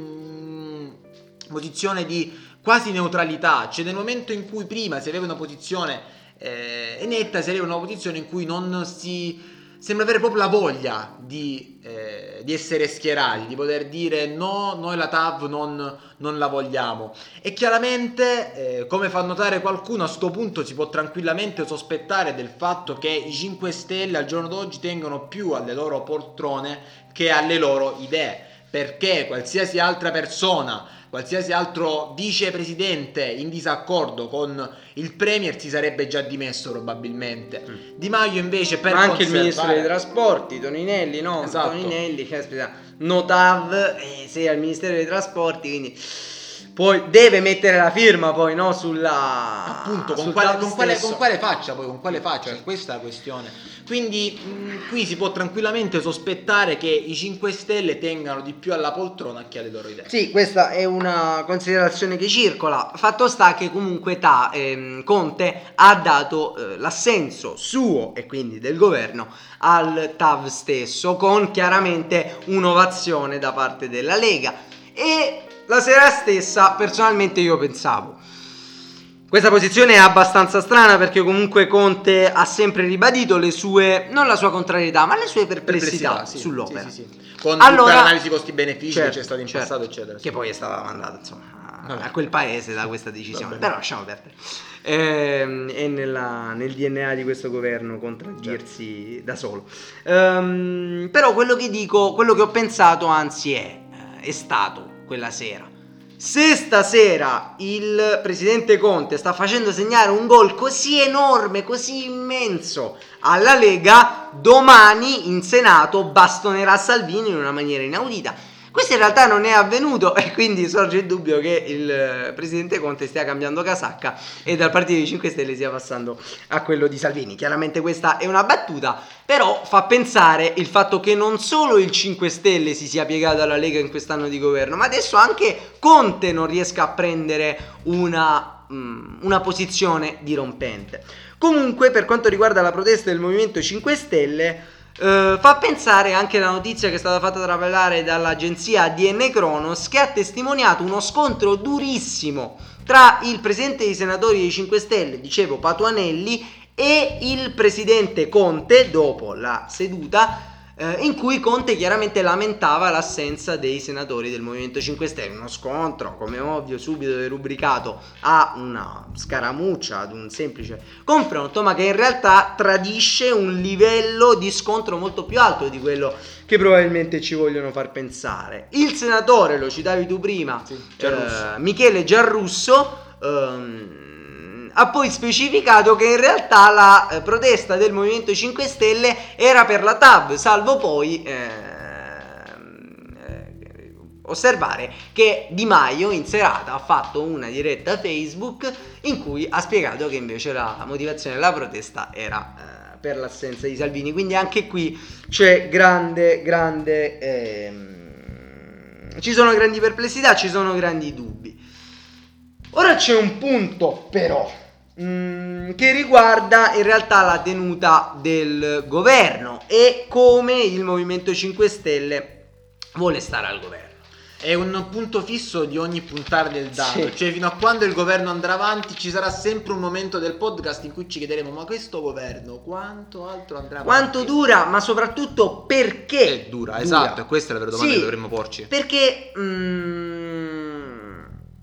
mh, posizione di quasi neutralità, cioè nel momento in cui prima si aveva una posizione eh, netta, si aveva una posizione in cui non si sembra avere proprio la voglia di, eh, di essere schierati, di poter dire no, noi la T A V non, non la vogliamo. E chiaramente, eh, come fa notare qualcuno, a sto punto si può tranquillamente sospettare del fatto che i cinque Stelle al giorno d'oggi tengono più alle loro poltrone che alle loro idee, perché qualsiasi altra persona, qualsiasi altro vicepresidente in disaccordo con il premier si sarebbe già dimesso probabilmente. mm. Di Maio invece, per ma anche il conservare... ministro dei trasporti, Toninelli, no? Esatto. Toninelli, che aspetta, no T A V, eh, sei al Ministero dei Trasporti, quindi poi deve mettere la firma poi, no? Sulla... Appunto, con sul quale, T A V con, quale, stesso. con quale faccia poi, con quale faccia, Certo. questa è la questione. Quindi mh, qui si può tranquillamente sospettare che i cinque Stelle tengano di più alla poltrona che alle loro idee. Sì, questa è una considerazione che circola. Fatto sta che comunque ta, ehm, Conte ha dato eh, l'assenso suo e quindi del governo al T A V stesso, con chiaramente un'ovazione da parte della Lega. E la sera stessa personalmente io pensavo, questa posizione è abbastanza strana, perché comunque Conte ha sempre ribadito le sue, non la sua contrarietà, ma le sue perplessità, Perplessità, sì, sull'opera. sì, sì, sì. Con Allora- tutta l'analisi costi-benefici Certo, che c'è stata in certo, passato, eccetera. che poi è stata mandata insomma a, Vabbè. a quel paese da questa decisione. Vabbè. Però lasciamo perdere. Ehm, è nella- nel D N A di questo governo contraddirsi Certo. da solo. Ehm, però quello che dico, quello che ho pensato, anzi, è, è stato quella sera. Se stasera il presidente Conte sta facendo segnare un gol così enorme, così immenso alla Lega, domani in Senato bastonerà Salvini in una maniera inaudita. Questo in realtà non è avvenuto, e quindi sorge il dubbio che il presidente Conte stia cambiando casacca e dal partito dei cinque Stelle stia passando a quello di Salvini. Chiaramente questa è una battuta, però fa pensare il fatto che non solo il cinque Stelle si sia piegato alla Lega in quest'anno di governo, ma adesso anche Conte non riesca a prendere una, um, una posizione dirompente. Comunque, per quanto riguarda la protesta del Movimento cinque Stelle, Uh, fa pensare anche la notizia che è stata fatta trapelare dall'agenzia A D N Kronos, che ha testimoniato uno scontro durissimo tra il presidente dei senatori dei cinque Stelle, dicevo Patuanelli, e il presidente Conte dopo la seduta, eh, in cui Conte chiaramente lamentava l'assenza dei senatori del Movimento cinque Stelle. Uno scontro, come ovvio, subito derubricato a una scaramuccia, ad un semplice confronto, ma che in realtà tradisce un livello di scontro molto più alto di quello che probabilmente ci vogliono far pensare. Il senatore, lo citavi tu prima, Sì, Giarrusso. eh, Michele Giarrusso, ehm, ha poi specificato che in realtà la eh, protesta del Movimento cinque Stelle era per la T A V, salvo poi eh, eh, osservare che Di Maio in serata ha fatto una diretta Facebook in cui ha spiegato che invece la motivazione della protesta era eh, per l'assenza di Salvini. Quindi anche qui c'è grande grande ehm, ci sono grandi perplessità, ci sono grandi dubbi. Ora c'è un punto però mh, che riguarda in realtà la tenuta del governo e come il Movimento cinque Stelle vuole stare al governo. È un punto fisso di ogni puntata del dado, Sì. cioè fino a quando il governo andrà avanti ci sarà sempre un momento del podcast in cui ci chiederemo: ma questo governo quanto altro andrà avanti? Quanto dura, ma soprattutto perché È dura, esatto, e questa è la vera domanda Sì, che dovremmo porci. Perché mm,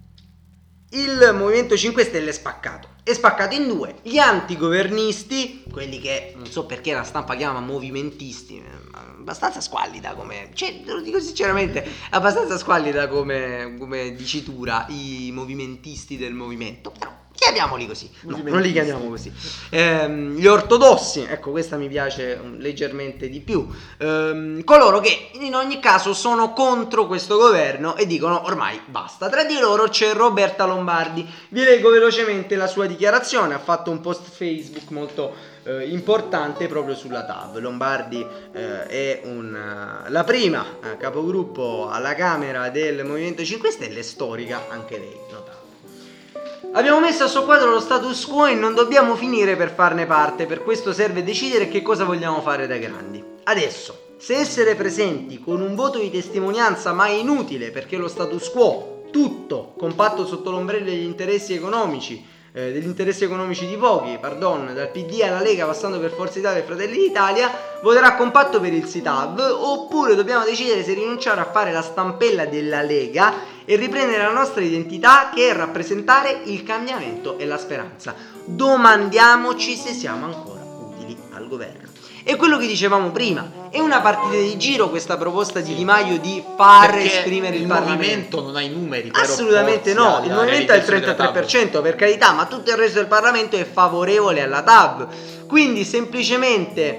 il Movimento cinque Stelle è spaccato. È spaccato in due: gli antigovernisti, quelli che non so perché la stampa chiama movimentisti, ma abbastanza squallida come, cioè, te lo dico sinceramente, abbastanza squallida come, come dicitura, i movimentisti del movimento, però chiamiamoli così, no, non li chiamiamo così. Ehm, gli ortodossi, ecco, questa mi piace um, leggermente di più, ehm, coloro che in ogni caso sono contro questo governo e dicono ormai basta. Tra di loro c'è Roberta Lombardi. Vi leggo velocemente la sua dichiarazione. Ha fatto un post Facebook molto eh, importante proprio sulla T A V. Lombardi eh, è un, uh, la prima uh, capogruppo alla Camera del Movimento cinque Stelle, storica anche lei, notabile. Abbiamo messo a soqquadro lo status quo e non dobbiamo finire per farne parte, per questo serve decidere che cosa vogliamo fare da grandi. Adesso, se essere presenti con un voto di testimonianza ma inutile perché lo status quo, tutto compatto sotto l'ombrello degli interessi economici, eh, degli interessi economici di pochi, pardon, dal P D alla Lega passando per Forza Italia e Fratelli d'Italia, voterà compatto per il sì T A V, oppure dobbiamo decidere se rinunciare a fare la stampella della Lega e riprendere la nostra identità, che è rappresentare il cambiamento e la speranza. Domandiamoci se siamo ancora utili al governo. E quello che dicevamo prima, è una partita di giro questa proposta di Di Maio di far Perché esprimere il, il Parlamento. movimento non ha i numeri per Assolutamente opporsi no, alla il movimento ha il realizzazione della trentatré per cento, per carità, ma tutto il resto del Parlamento è favorevole alla T A V. Quindi semplicemente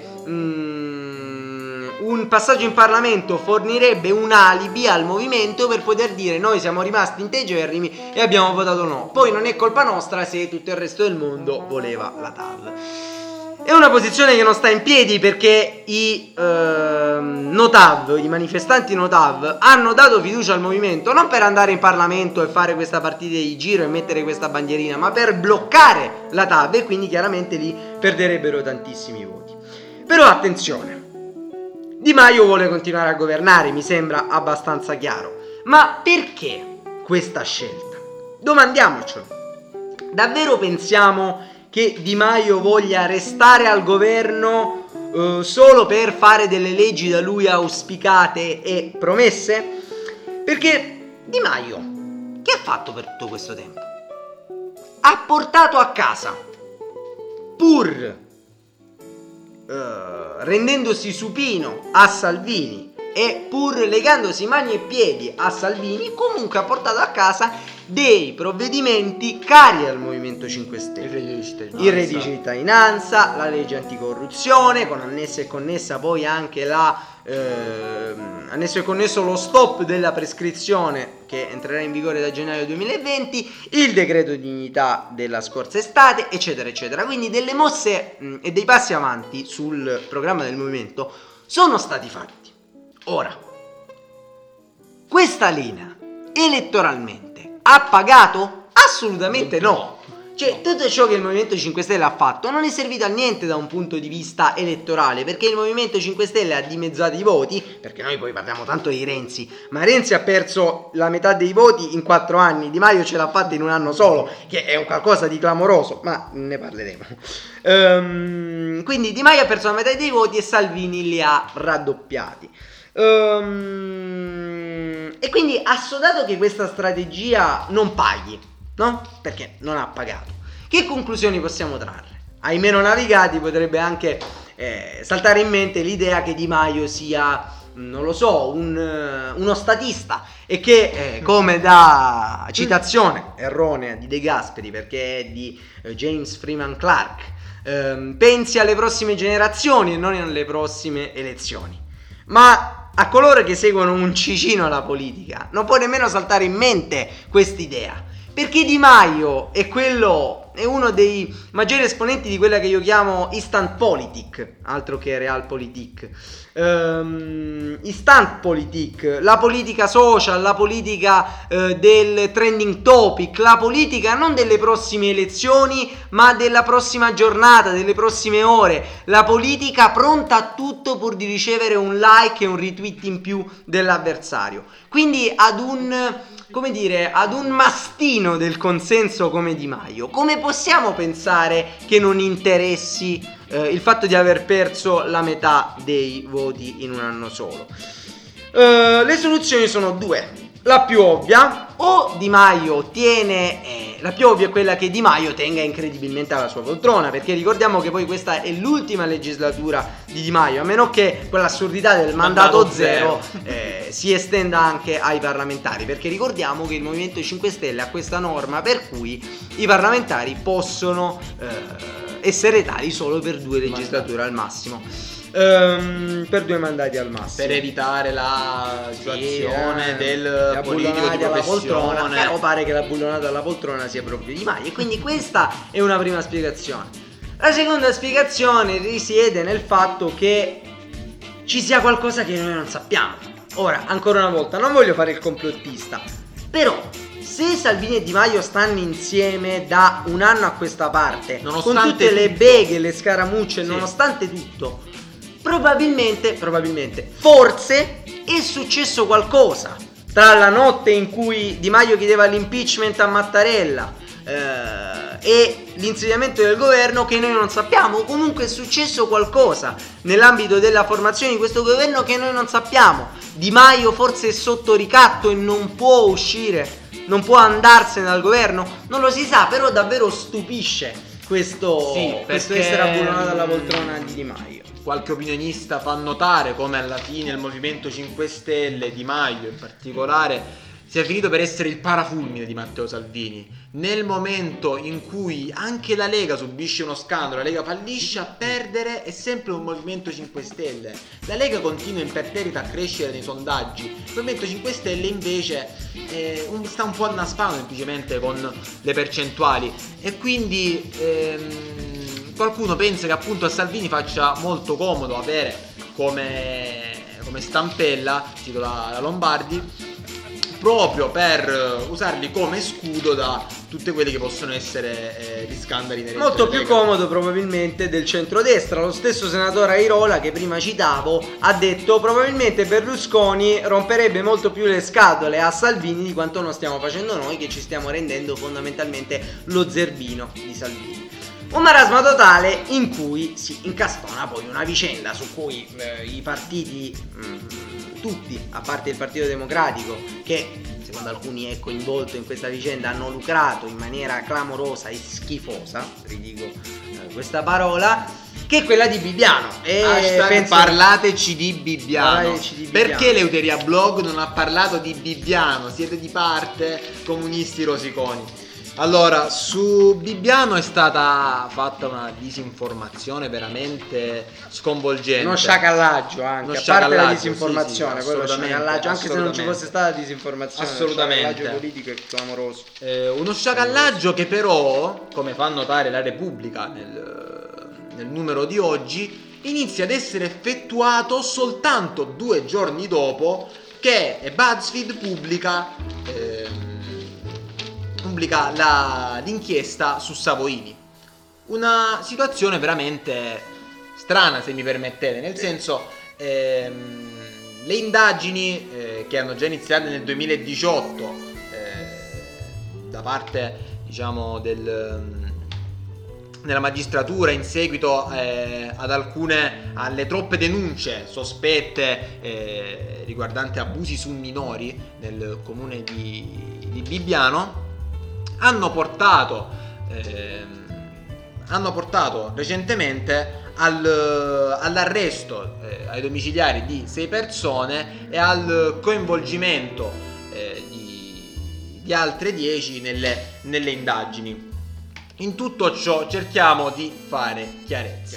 mm, un passaggio in Parlamento fornirebbe un alibi al movimento per poter dire: noi siamo rimasti integerrimi e abbiamo votato no. Poi non è colpa nostra se tutto il resto del mondo voleva la T A V. È una posizione che non sta in piedi, perché i eh, Notav, i manifestanti Notav, hanno dato fiducia al movimento non per andare in Parlamento e fare questa partita di giro e mettere questa bandierina, ma per bloccare la T A V, e quindi chiaramente lì perderebbero tantissimi voti. Però attenzione, Di Maio vuole continuare a governare, mi sembra abbastanza chiaro. Ma perché questa scelta? Domandiamocelo. Davvero pensiamo che Di Maio voglia restare al governo eh, solo per fare delle leggi da lui auspicate e promesse? Perché Di Maio che ha fatto per tutto questo tempo? Ha portato a casa, pur eh, rendendosi supino a Salvini e pur legandosi mani e piedi a Salvini, comunque ha portato a casa dei provvedimenti cari al Movimento cinque Stelle. Il reddito di cittadinanza. Il reddito di cittadinanza, la legge anticorruzione, con annessa e connessa poi anche la eh, annesso e connesso lo stop della prescrizione, che entrerà in vigore da gennaio duemilaventi, il decreto dignità della scorsa estate, eccetera eccetera. Quindi delle mosse mh, e dei passi avanti sul programma del movimento sono stati fatti. Ora, questa linea elettoralmente ha pagato? Assolutamente no. Cioè, tutto ciò che il Movimento cinque Stelle ha fatto non è servito a niente da un punto di vista elettorale, perché il Movimento cinque Stelle ha dimezzato i voti, perché noi poi parliamo tanto di Renzi, ma Renzi ha perso la metà dei voti in quattro anni, Di Maio ce l'ha fatta in un anno solo, che è un qualcosa di clamoroso, ma ne parleremo. Um, quindi Di Maio ha perso la metà dei voti e Salvini li ha raddoppiati. Um, e quindi assodato che questa strategia non paghi, no? Perché non ha pagato, che conclusioni possiamo trarre? Ai meno navigati potrebbe anche eh, saltare in mente l'idea che Di Maio sia, non lo so, un, uh, uno statista, e che eh, come da citazione erronea di De Gasperi, perché è di eh, James Freeman Clark, ehm, pensi alle prossime generazioni e non alle prossime elezioni. Ma a coloro che seguono un cicino alla politica non può nemmeno saltare in mente quest'idea, perché Di Maio è quello è uno dei maggiori esponenti di quella che io chiamo instant politic, altro che realpolitik. Um, instant politik, la politica social, la politica uh, del trending topic, la politica non delle prossime elezioni ma della prossima giornata, delle prossime ore, la politica pronta a tutto pur di ricevere un like e un retweet in più dell'avversario. Quindi ad un, come dire, ad un mastino del consenso come Di Maio, come possiamo pensare che non interessi eh, il fatto di aver perso la metà dei voti in un anno solo? Eh, le soluzioni sono due. La più ovvia, o Di Maio ottiene, eh, la più ovvia è quella che Di Maio tenga incredibilmente alla sua poltrona, perché ricordiamo che poi questa è l'ultima legislatura di Di Maio, a meno che quell'assurdità del mandato, mandato zero, zero. Eh, si estenda anche ai parlamentari, perché ricordiamo che il Movimento cinque Stelle ha questa norma per cui i parlamentari possono eh, essere tali solo per due legislature al massimo. Um, per due mandati al massimo, per evitare la situazione sì, del politico di alla professione. poltrona. Però pare che la bullonata alla poltrona sia proprio Di Maio, e quindi questa è una prima spiegazione. La seconda spiegazione risiede nel fatto che ci sia qualcosa che noi non sappiamo. Ora, ancora una volta, non voglio fare il complottista, però se Salvini e Di Maio stanno insieme da un anno a questa parte, con tutte le beghe, le scaramucce, sì, nonostante tutto, probabilmente, probabilmente, forse è successo qualcosa tra la notte in cui Di Maio chiedeva l'impeachment a Mattarella eh, e l'insediamento del governo, che noi non sappiamo. Comunque è successo qualcosa nell'ambito della formazione di questo governo che noi non sappiamo. Di Maio forse è sotto ricatto e non può uscire, non può andarsene dal governo, non lo si sa, però davvero stupisce questo, sì, questo essere abbullonato alla poltrona di Di Maio. Qualche opinionista fa notare come alla fine il Movimento cinque Stelle, Di Maio in particolare, sia finito per essere il parafulmine di Matteo Salvini. Nel momento in cui anche la Lega subisce uno scandalo, la Lega fallisce, a perdere è sempre un Movimento cinque Stelle. La Lega continua imperterrita a crescere nei sondaggi, il Movimento cinque Stelle invece eh, un, sta un po' annaspando semplicemente con le percentuali, e quindi ehm, qualcuno pensa che appunto a Salvini faccia molto comodo avere come, come stampella, cito la, la Lombardi, proprio per usarli come scudo da tutte quelle che possono essere eh, gli scandali nelle molto più comodo probabilmente del centrodestra. Lo stesso senatore Airola che prima citavo ha detto probabilmente Berlusconi romperebbe molto più le scatole a Salvini di quanto non stiamo facendo noi, che ci stiamo rendendo fondamentalmente lo zerbino di Salvini. Un marasma totale in cui si incastona poi una vicenda su cui eh, i partiti mh, tutti, a parte il Partito Democratico, che secondo alcuni è coinvolto in questa vicenda, hanno lucrato in maniera clamorosa e schifosa, ridico eh, questa parola, che è quella di Bibbiano. E penso... parlateci di Bibbiano. Parlateci di Bibbiano. Perché Leuteria Blog non ha parlato di Bibbiano? Siete di parte, comunisti rosiconi. Allora, su Bibbiano è stata fatta una disinformazione veramente sconvolgente. Uno sciacallaggio anche, Uno a parte la sì, disinformazione, sì, poi lo sciacallaggio, anche se non ci fosse stata disinformazione, assolutamente. Lo sciacallaggio politico è clamoroso. Eh, uno sciacallaggio che però, come fa notare la Repubblica nel, nel numero di oggi, inizia ad essere effettuato soltanto due giorni dopo che BuzzFeed pubblica... Eh, pubblica la, l'inchiesta su Savoini. Una situazione veramente strana, se mi permettete, nel senso ehm, le indagini eh, che hanno già iniziato nel duemiladiciotto eh, da parte, diciamo, del della magistratura in seguito eh, ad alcune alle troppe denunce sospette eh, riguardanti abusi su minori nel comune di, di Bibbiano, hanno portato ehm, hanno portato recentemente al, all'arresto eh, ai domiciliari di sei persone e al coinvolgimento eh, di, di altre dieci nelle, nelle indagini. In tutto ciò cerchiamo di fare chiarezza.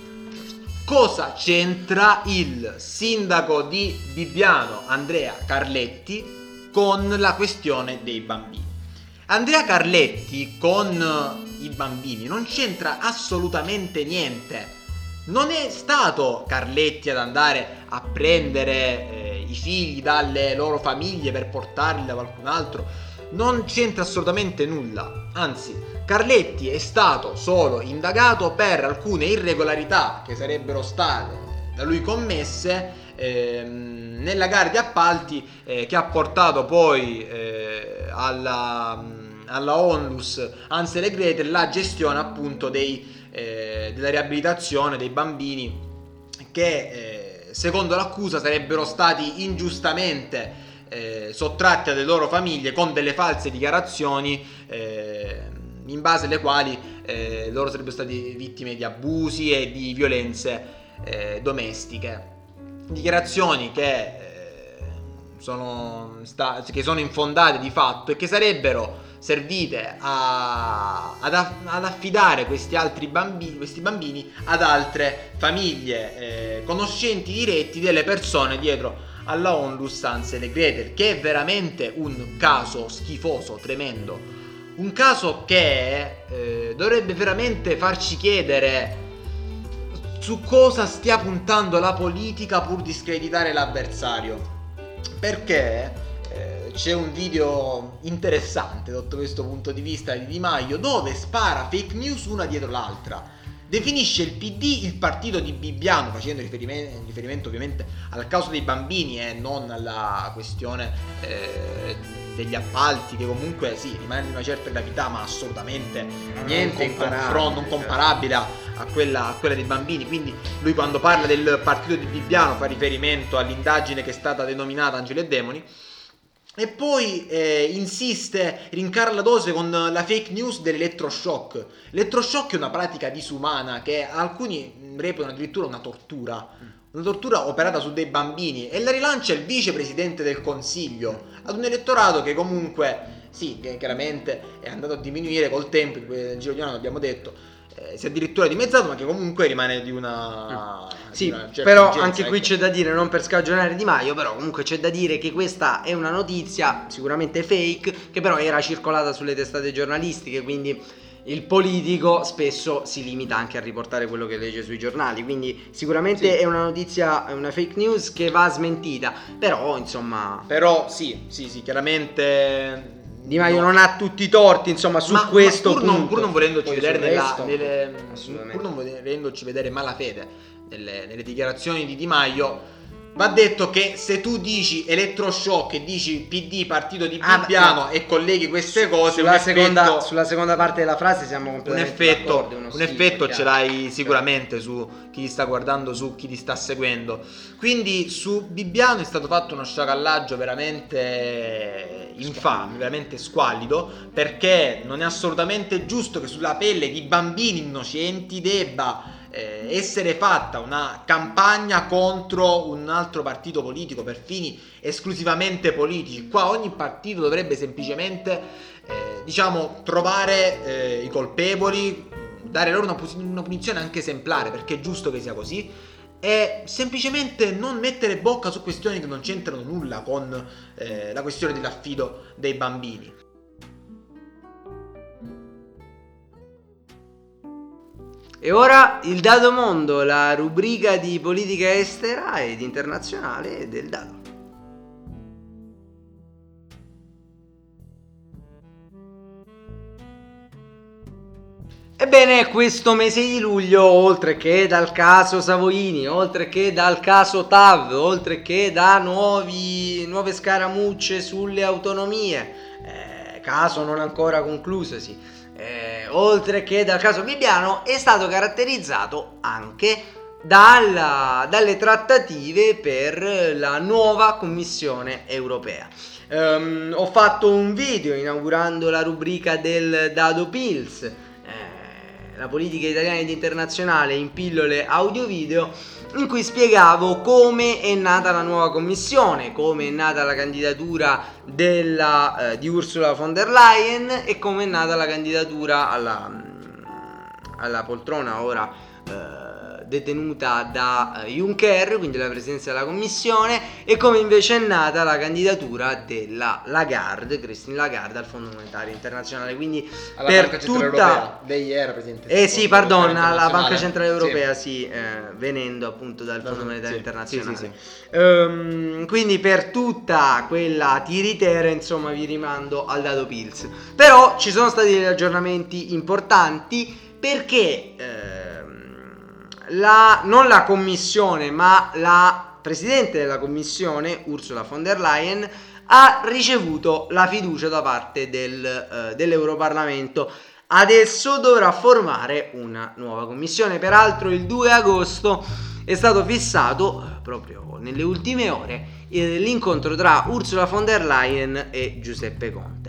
Cosa c'entra il sindaco di Bibbiano, Andrea Carletti, con la questione dei bambini? Andrea Carletti con i bambini non c'entra assolutamente niente. Non è stato Carletti ad andare a prendere eh, i figli dalle loro famiglie per portarli da qualcun altro. Non c'entra assolutamente nulla. Anzi, Carletti è stato solo indagato per alcune irregolarità che sarebbero state da lui commesse ehm, nella gara di appalti eh, che ha portato poi eh, alla, alla Onlus Hansel e Gretel la gestione appunto dei Eh, della riabilitazione dei bambini che eh, secondo l'accusa sarebbero stati ingiustamente eh, sottratti alle loro famiglie con delle false dichiarazioni eh, in base alle quali eh, loro sarebbero stati vittime di abusi e di violenze eh, domestiche, dichiarazioni che eh, sono, sta- che sono infondate di fatto e che sarebbero servite a, ad, ad affidare questi altri bambini, questi bambini ad altre famiglie eh, conoscenti diretti delle persone dietro alla Onlus Hansel e Gretel, che è veramente un caso schifoso, tremendo, un caso che eh, dovrebbe veramente farci chiedere su cosa stia puntando la politica pur di screditare l'avversario, perché c'è un video interessante sotto questo punto di vista di Di Maio dove spara fake news una dietro l'altra, definisce il P D il partito di Bibbiano, facendo riferimento, riferimento ovviamente al caso dei bambini e non alla questione eh, degli appalti, che comunque sì, rimane di una certa gravità ma assolutamente non niente in confronto, non comparabile a, a, quella, a quella dei bambini. Quindi lui quando parla del partito di Bibbiano fa riferimento all'indagine che è stata denominata Angeli e Demoni. E poi eh, insiste, rincara la dose con la fake news dell'elettroshock. L'elettroshock è una pratica disumana che alcuni reputano addirittura una tortura. Una tortura operata su dei bambini. E la rilancia il vicepresidente del Consiglio ad un elettorato che comunque, sì, che chiaramente è andato a diminuire col tempo. In giro di anno abbiamo detto eh, si è addirittura dimezzato, ma che comunque rimane di una... Sì, una certa però urgenza, anche qui ecco. C'è da dire, non per scagionare Di Maio, però comunque c'è da dire che questa è una notizia sicuramente fake, che però era circolata sulle testate giornalistiche, quindi il politico spesso si limita anche a riportare quello che legge sui giornali, quindi sicuramente sì, è una notizia, è una fake news che va smentita, però insomma... Però sì, sì, sì, chiaramente... Di Maio no. non ha tutti i torti, insomma, su ma, questo ma pur, punto. non, pur non volendoci Poi vedere nella, resto, nelle, pur non volendoci vedere malafede nelle, nelle dichiarazioni di Di Maio, va detto che se tu dici elettroshock e dici P D partito di Bibbiano ah, e colleghi queste cose, sulla, un seconda, effetto, sulla seconda parte della frase siamo completamente un effetto, d'accordo, un effetto ce l'hai sicuramente su chi ti sta guardando, su chi ti sta seguendo. Quindi su Bibbiano è stato fatto uno sciacallaggio veramente infame, veramente squallido, perché non è assolutamente giusto che sulla pelle di bambini innocenti debba eh, essere fatta una campagna contro un altro partito politico per fini esclusivamente politici. Qua ogni partito dovrebbe semplicemente eh, diciamo trovare eh, i colpevoli, dare loro una, una punizione anche esemplare, perché è giusto che sia così, e semplicemente non mettere bocca su questioni che non c'entrano nulla con eh, la questione dell'affido dei bambini. E ora il Dato Mondo, la rubrica di politica estera ed internazionale del Dato. Ebbene, questo mese di luglio, oltre che dal caso Savoini, oltre che dal caso T A V, oltre che da nuovi, nuove scaramucce sulle autonomie, eh, caso non ancora conclusosi, eh, oltre che dal caso Bibbiano, è stato caratterizzato anche dalla, dalle trattative per la nuova Commissione europea. Um, ho fatto un video inaugurando la rubrica del Dado Pills, la politica italiana ed internazionale in pillole audio-video, in cui spiegavo come è nata la nuova commissione, come è nata la candidatura della, eh, di Ursula von der Leyen e come è nata la candidatura alla, alla poltrona ora eh, detenuta da uh, Juncker, quindi la presidenza della commissione, e come invece è nata la candidatura della Lagarde, Christine Lagarde, al Fondo Monetario Internazionale. Quindi alla per Banca Centrale tutta Europea. Lei era presidente eh sì, pardon, alla Banca Internazionale. Centrale Europea, Sì. sì, eh, venendo appunto dal Fondo Monetario Sì, Internazionale. sì, sì, sì. Ehm, quindi per tutta quella tiritera, insomma, vi rimando al dato Pils. Però ci sono stati degli aggiornamenti importanti, perché ehm, la, non la commissione, ma la presidente della commissione, Ursula von der Leyen, ha ricevuto la fiducia da parte del, eh, dell'Europarlamento. Adesso dovrà formare una nuova commissione. Peraltro il due agosto è stato fissato, proprio nelle ultime ore, eh, l'incontro tra Ursula von der Leyen e Giuseppe Conte.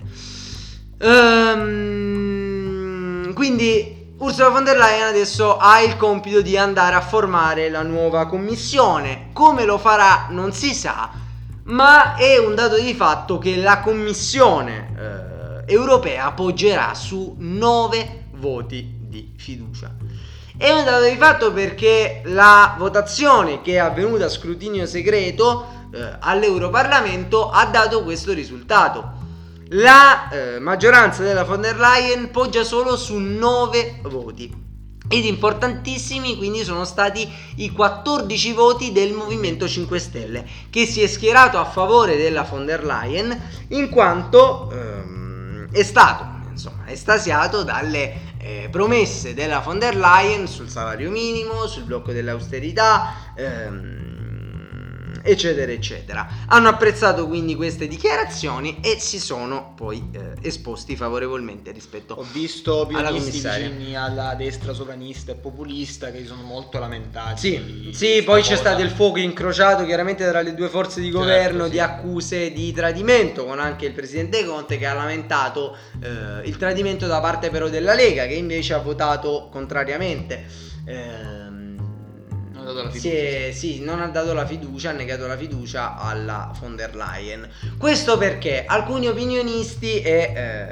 Ehm, quindi Ursula von der Leyen adesso ha il compito di andare a formare la nuova commissione. Come lo farà non si sa, ma è un dato di fatto che la commissione eh, europea poggerà su nove voti di fiducia. È un dato di fatto perché la votazione che è avvenuta a scrutinio segreto eh, all'Europarlamento ha dato questo risultato. La eh, maggioranza della von der Leyen poggia solo su nove voti. Ed importantissimi quindi sono stati i quattordici voti del Movimento cinque Stelle, che si è schierato a favore della von der Leyen in quanto ehm, è stato, insomma, estasiato dalle eh, promesse della von der Leyen sul salario minimo, sul blocco dell'austerità, ehm, eccetera eccetera. Hanno apprezzato quindi queste dichiarazioni e si sono poi eh, esposti favorevolmente rispetto Ho visto alla pionisti commissaria. vicini alla destra sovranista e populista che si sono molto lamentati. Sì, di sì, questa poi c'è cosa. stato il fuoco incrociato chiaramente tra le due forze di governo, Certo, sì. di accuse di tradimento, con anche il presidente Conte che ha lamentato eh, il tradimento da parte però della Lega, che invece ha votato contrariamente. Ehm, Non ha dato la si fiducia. è- sì, non ha dato la fiducia, ha negato la fiducia alla von der Leyen. Questo perché alcuni opinionisti e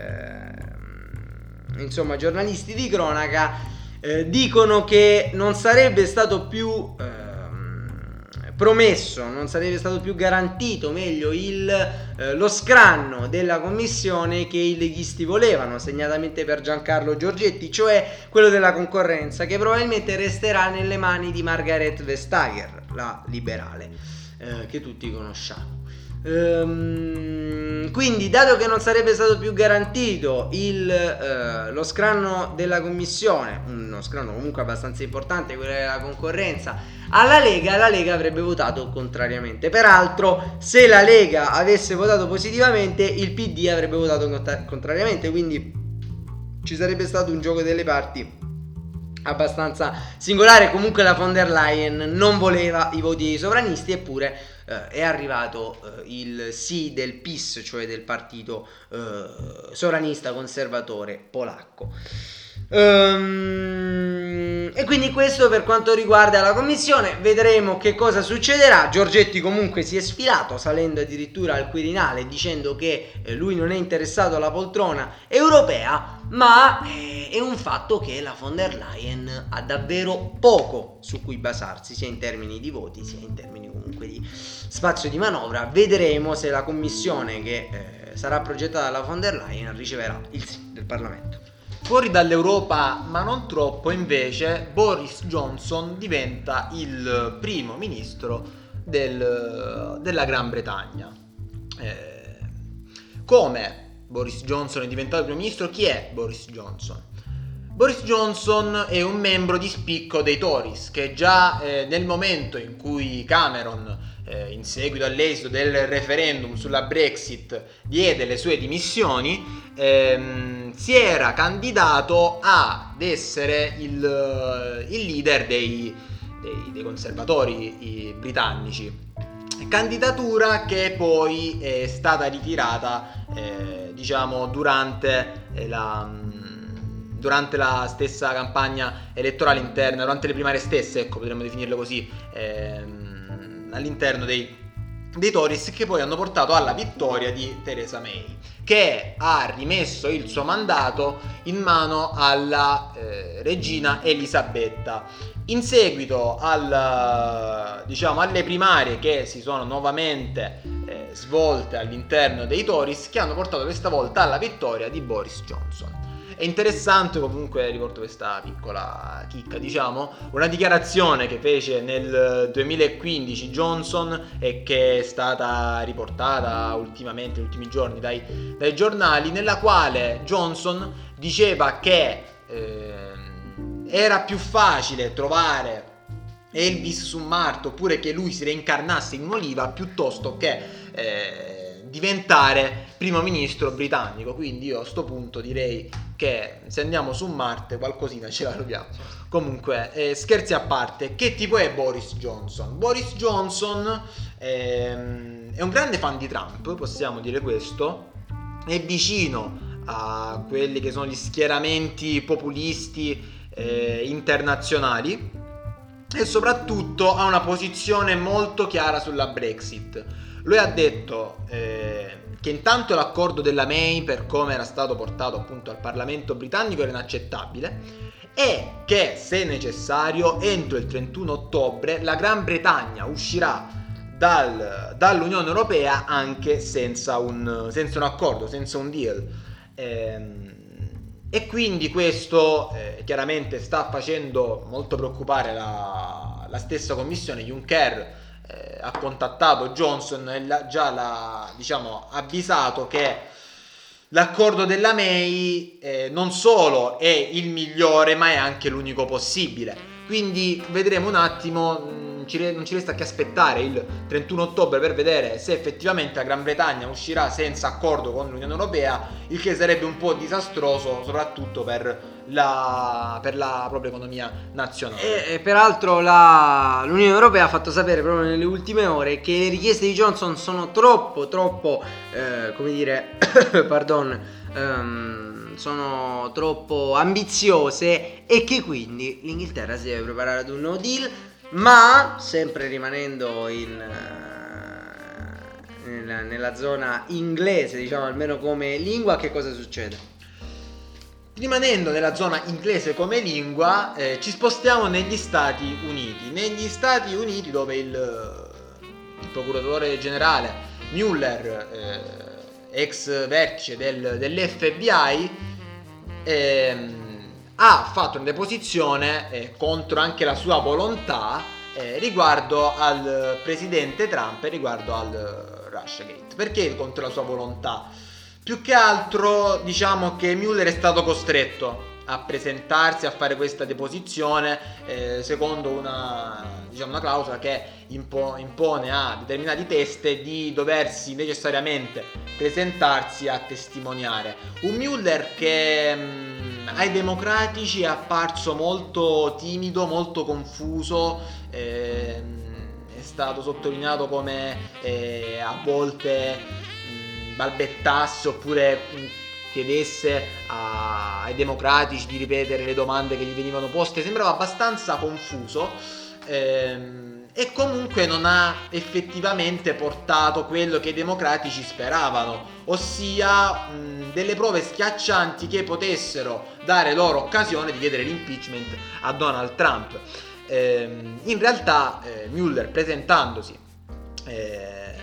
ehm, insomma giornalisti di cronaca eh, dicono che non sarebbe stato più ehm, promesso, non sarebbe stato più garantito, meglio, il, eh, lo scranno della commissione che i leghisti volevano, segnatamente per Giancarlo Giorgetti, cioè quello della concorrenza, che probabilmente resterà nelle mani di Margaret Vestager, la liberale, eh, che tutti conosciamo. Ehm, quindi, dato che non sarebbe stato più garantito il, eh, lo scranno della commissione, uno scranno comunque abbastanza importante, quello della concorrenza, alla Lega, la Lega avrebbe votato contrariamente. Peraltro, se la Lega avesse votato positivamente, il P D avrebbe votato contra- contrariamente, quindi ci sarebbe stato un gioco delle parti abbastanza singolare. Comunque la von der Leyen non voleva i voti dei sovranisti, eppure eh, è arrivato eh, il sì del P I S, cioè del partito eh, sovranista conservatore polacco. Ehm, e quindi questo per quanto riguarda la commissione. Vedremo che cosa succederà. Giorgetti comunque si è sfilato, salendo addirittura al Quirinale dicendo che eh, lui non è interessato alla poltrona europea, ma eh, è un fatto che la von der Leyen ha davvero poco su cui basarsi, sia in termini di voti sia in termini comunque di spazio di manovra. Vedremo se la commissione che eh, sarà progettata dalla von der Leyen riceverà il sì del Parlamento. Fuori dall'Europa, ma non troppo, invece, Boris Johnson diventa il primo ministro del, della Gran Bretagna. Eh, come Boris Johnson è diventato il primo ministro? Chi è Boris Johnson? Boris Johnson è un membro di spicco dei Tories, che già eh, nel momento in cui Cameron, eh, in seguito all'esito del referendum sulla Brexit, diede le sue dimissioni, ehm, si era candidato ad essere il, il leader dei, dei, dei conservatori i, britannici. Candidatura che poi è stata ritirata, eh, diciamo, durante la... durante la stessa campagna elettorale interna, durante le primarie stesse, ecco, potremmo definirlo così, ehm, all'interno dei, dei Tories, che poi hanno portato alla vittoria di Theresa May. che ha rimesso il suo mandato in mano alla eh, regina Elisabetta. In seguito al, diciamo, alle primarie che si sono nuovamente eh, svolte all'interno dei Tories, che hanno portato questa volta alla vittoria di Boris Johnson. È interessante, comunque riporto questa piccola chicca, diciamo, una dichiarazione che fece nel duemilaquindici Johnson e che è stata riportata ultimamente, negli ultimi giorni, dai, dai giornali, nella quale Johnson diceva che eh, era più facile trovare Elvis su Marte oppure che lui si reincarnasse in un'oliva piuttosto che eh, diventare primo ministro britannico. Quindi io a sto punto direi che se andiamo su Marte qualcosina ce la troviamo. Comunque eh, scherzi a parte, che tipo è Boris Johnson? Boris Johnson ehm, è un grande fan di Trump, possiamo dire questo, è vicino a quelli che sono gli schieramenti populisti eh, internazionali e soprattutto ha una posizione molto chiara sulla Brexit. Lui ha detto eh, che intanto l'accordo della May, per come era stato portato appunto al Parlamento britannico, era inaccettabile e che se necessario entro il trentuno ottobre la Gran Bretagna uscirà dal, dall'Unione Europea anche senza un, senza un accordo, senza un deal. Ehm, E quindi questo eh, chiaramente sta facendo molto preoccupare la, la stessa commissione. Juncker eh, ha contattato Johnson e la, già l'ha, diciamo, avvisato che l'accordo della May eh, non solo è il migliore ma è anche l'unico possibile. Quindi vedremo un attimo, mh, ci re, non ci resta che aspettare il trentuno ottobre per vedere se effettivamente la Gran Bretagna uscirà senza accordo con l'Unione Europea, il che sarebbe un po' disastroso soprattutto per la, per la propria economia nazionale. E, e peraltro la, l'Unione Europea ha fatto sapere proprio nelle ultime ore che le richieste di Johnson sono troppo troppo eh, come dire pardon um, sono troppo ambiziose e che quindi l'Inghilterra si deve preparare ad un no deal, ma sempre rimanendo in uh, nella, nella zona inglese, diciamo, almeno come lingua. Che cosa succede? Rimanendo nella zona inglese come lingua, eh, ci spostiamo negli Stati Uniti. Negli Stati Uniti, dove il, il procuratore generale Mueller, eh, ex vertice del, dell'F B I, ehm, ha fatto una deposizione eh, contro anche la sua volontà eh, riguardo al presidente Trump e riguardo al Russiagate. Perché contro la sua volontà? Più che altro diciamo che Mueller è stato costretto a presentarsi a fare questa deposizione eh, secondo una, diciamo, una clausola che impo- impone a determinati teste di doversi necessariamente presentarsi a testimoniare. Un Mueller che mh, ai democratici è apparso molto timido, molto confuso, ehm, è stato sottolineato come eh, a volte mh, balbettasse oppure mh, chiedesse a, ai democratici di ripetere le domande che gli venivano poste. Sembrava abbastanza confuso ehm, e comunque non ha effettivamente portato quello che i democratici speravano, ossia mh, delle prove schiaccianti che potessero dare loro occasione di chiedere l'impeachment a Donald Trump. Ehm, in realtà eh, Mueller, presentandosi eh,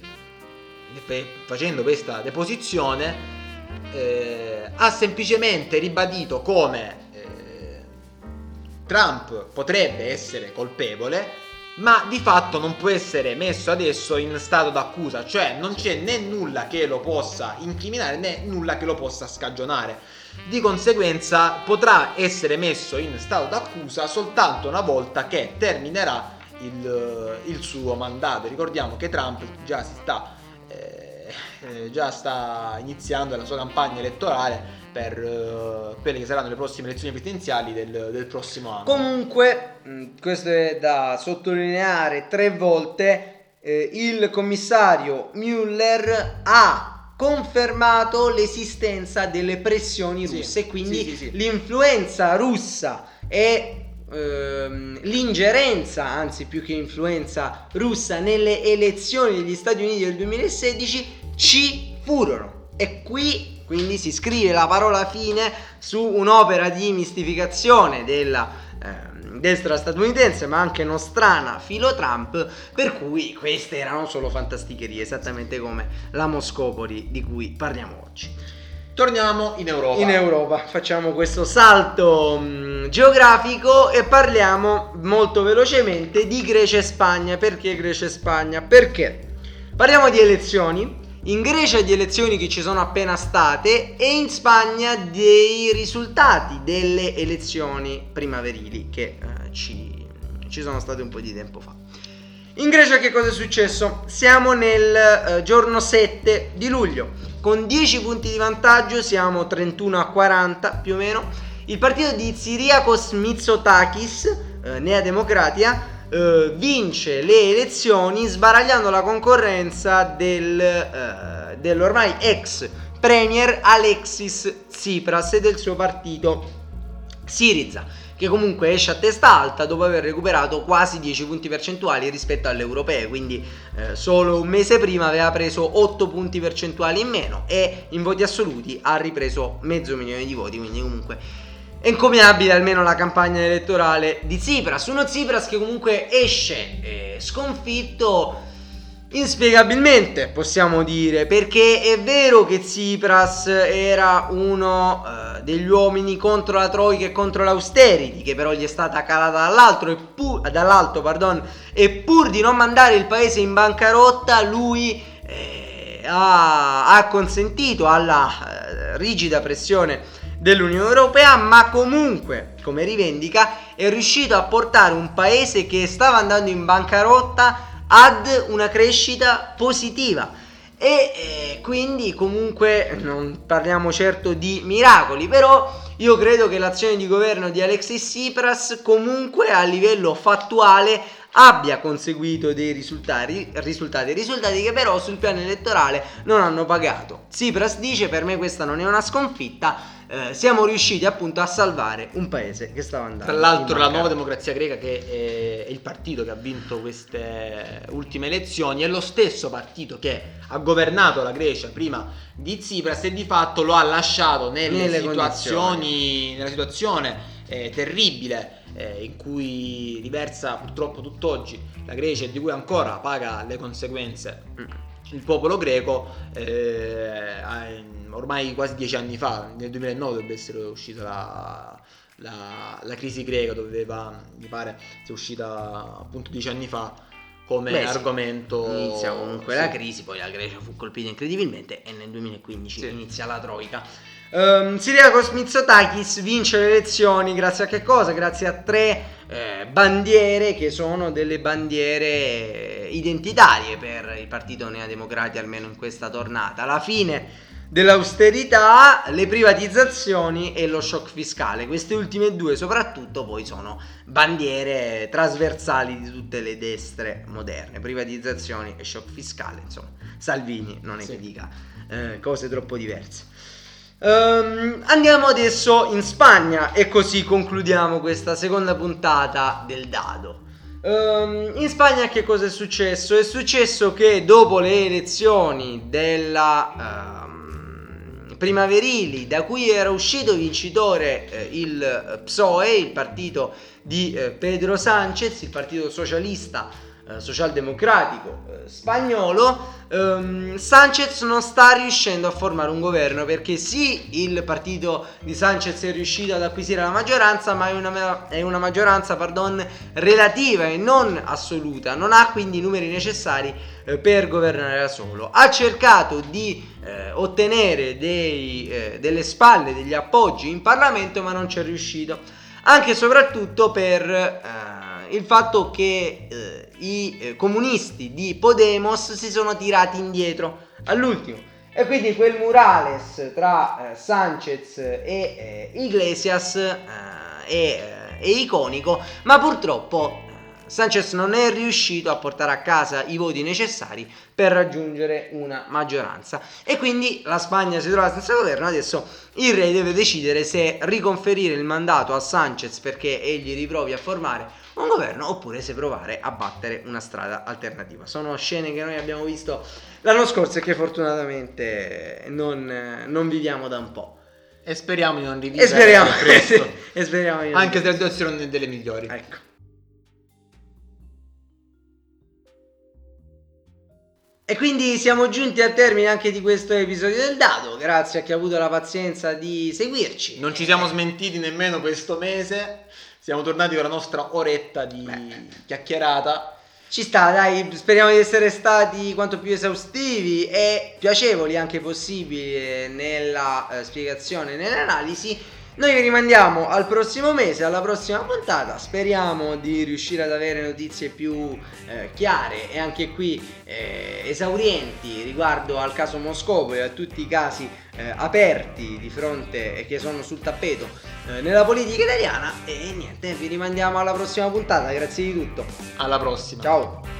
facendo questa deposizione, Eh, ha semplicemente ribadito come eh, Trump potrebbe essere colpevole, ma di fatto non può essere messo adesso in stato d'accusa, cioè non c'è né nulla che lo possa incriminare né nulla che lo possa scagionare. Di conseguenza potrà essere messo in stato d'accusa soltanto una volta che terminerà il, il suo mandato. Ricordiamo che Trump già si sta eh, Eh, già sta iniziando la sua campagna elettorale per uh, quelle che saranno le prossime elezioni presidenziali del, del prossimo anno. Comunque, mh, questo è da sottolineare tre volte, eh, il commissario Mueller ha confermato l'esistenza delle pressioni russe, sì, quindi sì, sì, sì. l'influenza russa e ehm, l'ingerenza, anzi più che influenza russa, nelle elezioni degli Stati Uniti del duemilasedici ci furono. E qui quindi si scrive la parola fine su un'opera di mistificazione della eh, destra statunitense, ma anche nostrana, filo Trump, per cui queste erano solo fantasticherie, esattamente come la Moscopoli di cui parliamo oggi. Torniamo in Europa. In Europa facciamo questo salto mh, geografico e parliamo molto velocemente di Grecia e Spagna. Perché Grecia e Spagna? Perché parliamo di elezioni. In Grecia di elezioni che ci sono appena state e in Spagna dei risultati delle elezioni primaverili che eh, ci, ci sono state un po' di tempo fa. In Grecia che cosa è successo? Siamo nel eh, giorno sette di luglio. Con dieci punti di vantaggio siamo trentuno a quaranta più o meno. Il partito di Kyriakos Mitsotakis, eh, Nea Democratia, eh, vince le elezioni sbaragliando la concorrenza del, eh, dell'ormai ex premier Alexis Tsipras e del suo partito Syriza, che comunque esce a testa alta dopo aver recuperato quasi dieci punti percentuali rispetto alle europee, quindi eh, solo un mese prima aveva preso otto punti percentuali in meno e in voti assoluti ha ripreso mezzo milione di voti, quindi comunque è encomiabile almeno la campagna elettorale di Tsipras, uno Tsipras che comunque esce eh, sconfitto inspiegabilmente, possiamo dire, perché è vero che Tsipras era uno eh, degli uomini contro la troika e contro l'austerity, che però gli è stata calata dall'altro e pur, dall'alto pardon, e pur di non mandare il paese in bancarotta lui eh, ha, ha consentito alla eh, rigida pressione dell'Unione Europea, ma comunque, come rivendica, è riuscito a portare un paese che stava andando in bancarotta ad una crescita positiva e eh, quindi comunque non parliamo certo di miracoli, però io credo che l'azione di governo di Alexis Tsipras comunque a livello fattuale abbia conseguito dei risultati, risultati, risultati che però sul piano elettorale non hanno pagato. Tsipras dice: per me questa non è una sconfitta, eh, siamo riusciti appunto a salvare un paese che stava andando. Tra l'altro la Nuova Democrazia Greca, che è il partito che ha vinto queste ultime elezioni, è lo stesso partito che ha governato la Grecia prima di Tsipras e di fatto lo ha lasciato nelle, nelle situazioni, nella situazione eh, terribile eh, in cui riversa purtroppo tutt'oggi la Grecia e di cui ancora paga le conseguenze il popolo greco. eh, ormai quasi dieci anni fa, nel duemilanove dovrebbe essere uscita la, la, la crisi greca, doveva, mi pare sia uscita appunto dieci anni fa come Beh, argomento. Sì. Inizia comunque sì. la crisi, poi la Grecia fu colpita incredibilmente e nel duemilaquindici sì. inizia la troika. Um, Kyriakos Mitsotakis vince le elezioni grazie a che cosa? Grazie a tre eh, bandiere che sono delle bandiere identitarie per il partito Nea Democratia, almeno in questa tornata. La fine dell'austerità, le privatizzazioni e lo shock fiscale. Queste ultime due soprattutto poi sono bandiere trasversali di tutte le destre moderne, privatizzazioni e shock fiscale. Insomma, Salvini non è sì. che dica eh, cose troppo diverse. Um, andiamo adesso in Spagna e così concludiamo questa seconda puntata del dado. Um, in Spagna che cosa è successo? È successo che dopo le elezioni della um, primaverili, da cui era uscito vincitore eh, il P S O E, il partito di eh, Pedro Sánchez, il partito socialista eh, socialdemocratico eh, spagnolo, Um, Sánchez non sta riuscendo a formare un governo perché sì, il partito di Sánchez è riuscito ad acquisire la maggioranza, ma è una, è una maggioranza pardon, relativa e non assoluta, non ha quindi i numeri necessari eh, per governare da solo. Ha cercato di eh, ottenere dei, eh, delle spalle, degli appoggi in Parlamento, ma non ci è riuscito, anche e soprattutto per eh, il fatto che eh, i eh, comunisti di Podemos si sono tirati indietro all'ultimo e quindi quel murales tra eh, Sánchez e eh, Iglesias eh, è, è iconico, ma purtroppo eh, Sanchez non è riuscito a portare a casa i voti necessari per raggiungere una maggioranza e quindi la Spagna si trova senza governo. Adesso il re deve decidere se riconferire il mandato a Sanchez perché egli riprovi a formare un governo oppure se provare a battere una strada alternativa. Sono scene che noi abbiamo visto l'anno scorso e che fortunatamente non, non viviamo da un po'. E speriamo di non rivivere E speriamo, presto. e speriamo di non Anche se la situazione non è delle migliori. Ecco. E quindi siamo giunti al termine anche di questo episodio del Dado. Grazie a chi ha avuto la pazienza di seguirci. Non ci siamo smentiti nemmeno questo mese. Siamo tornati con la nostra oretta di Beh. chiacchierata. Ci sta, dai, speriamo di essere stati quanto più esaustivi e piacevoli anche possibile nella eh, spiegazione, nell'analisi. Noi vi rimandiamo al prossimo mese, alla prossima puntata. Speriamo di riuscire ad avere notizie più eh, chiare e anche qui eh, esaurienti riguardo al caso Moscovo e a tutti i casi eh, aperti di fronte e che sono sul tappeto eh, nella politica italiana. E niente, vi rimandiamo alla prossima puntata. Grazie di tutto. Alla prossima. Ciao.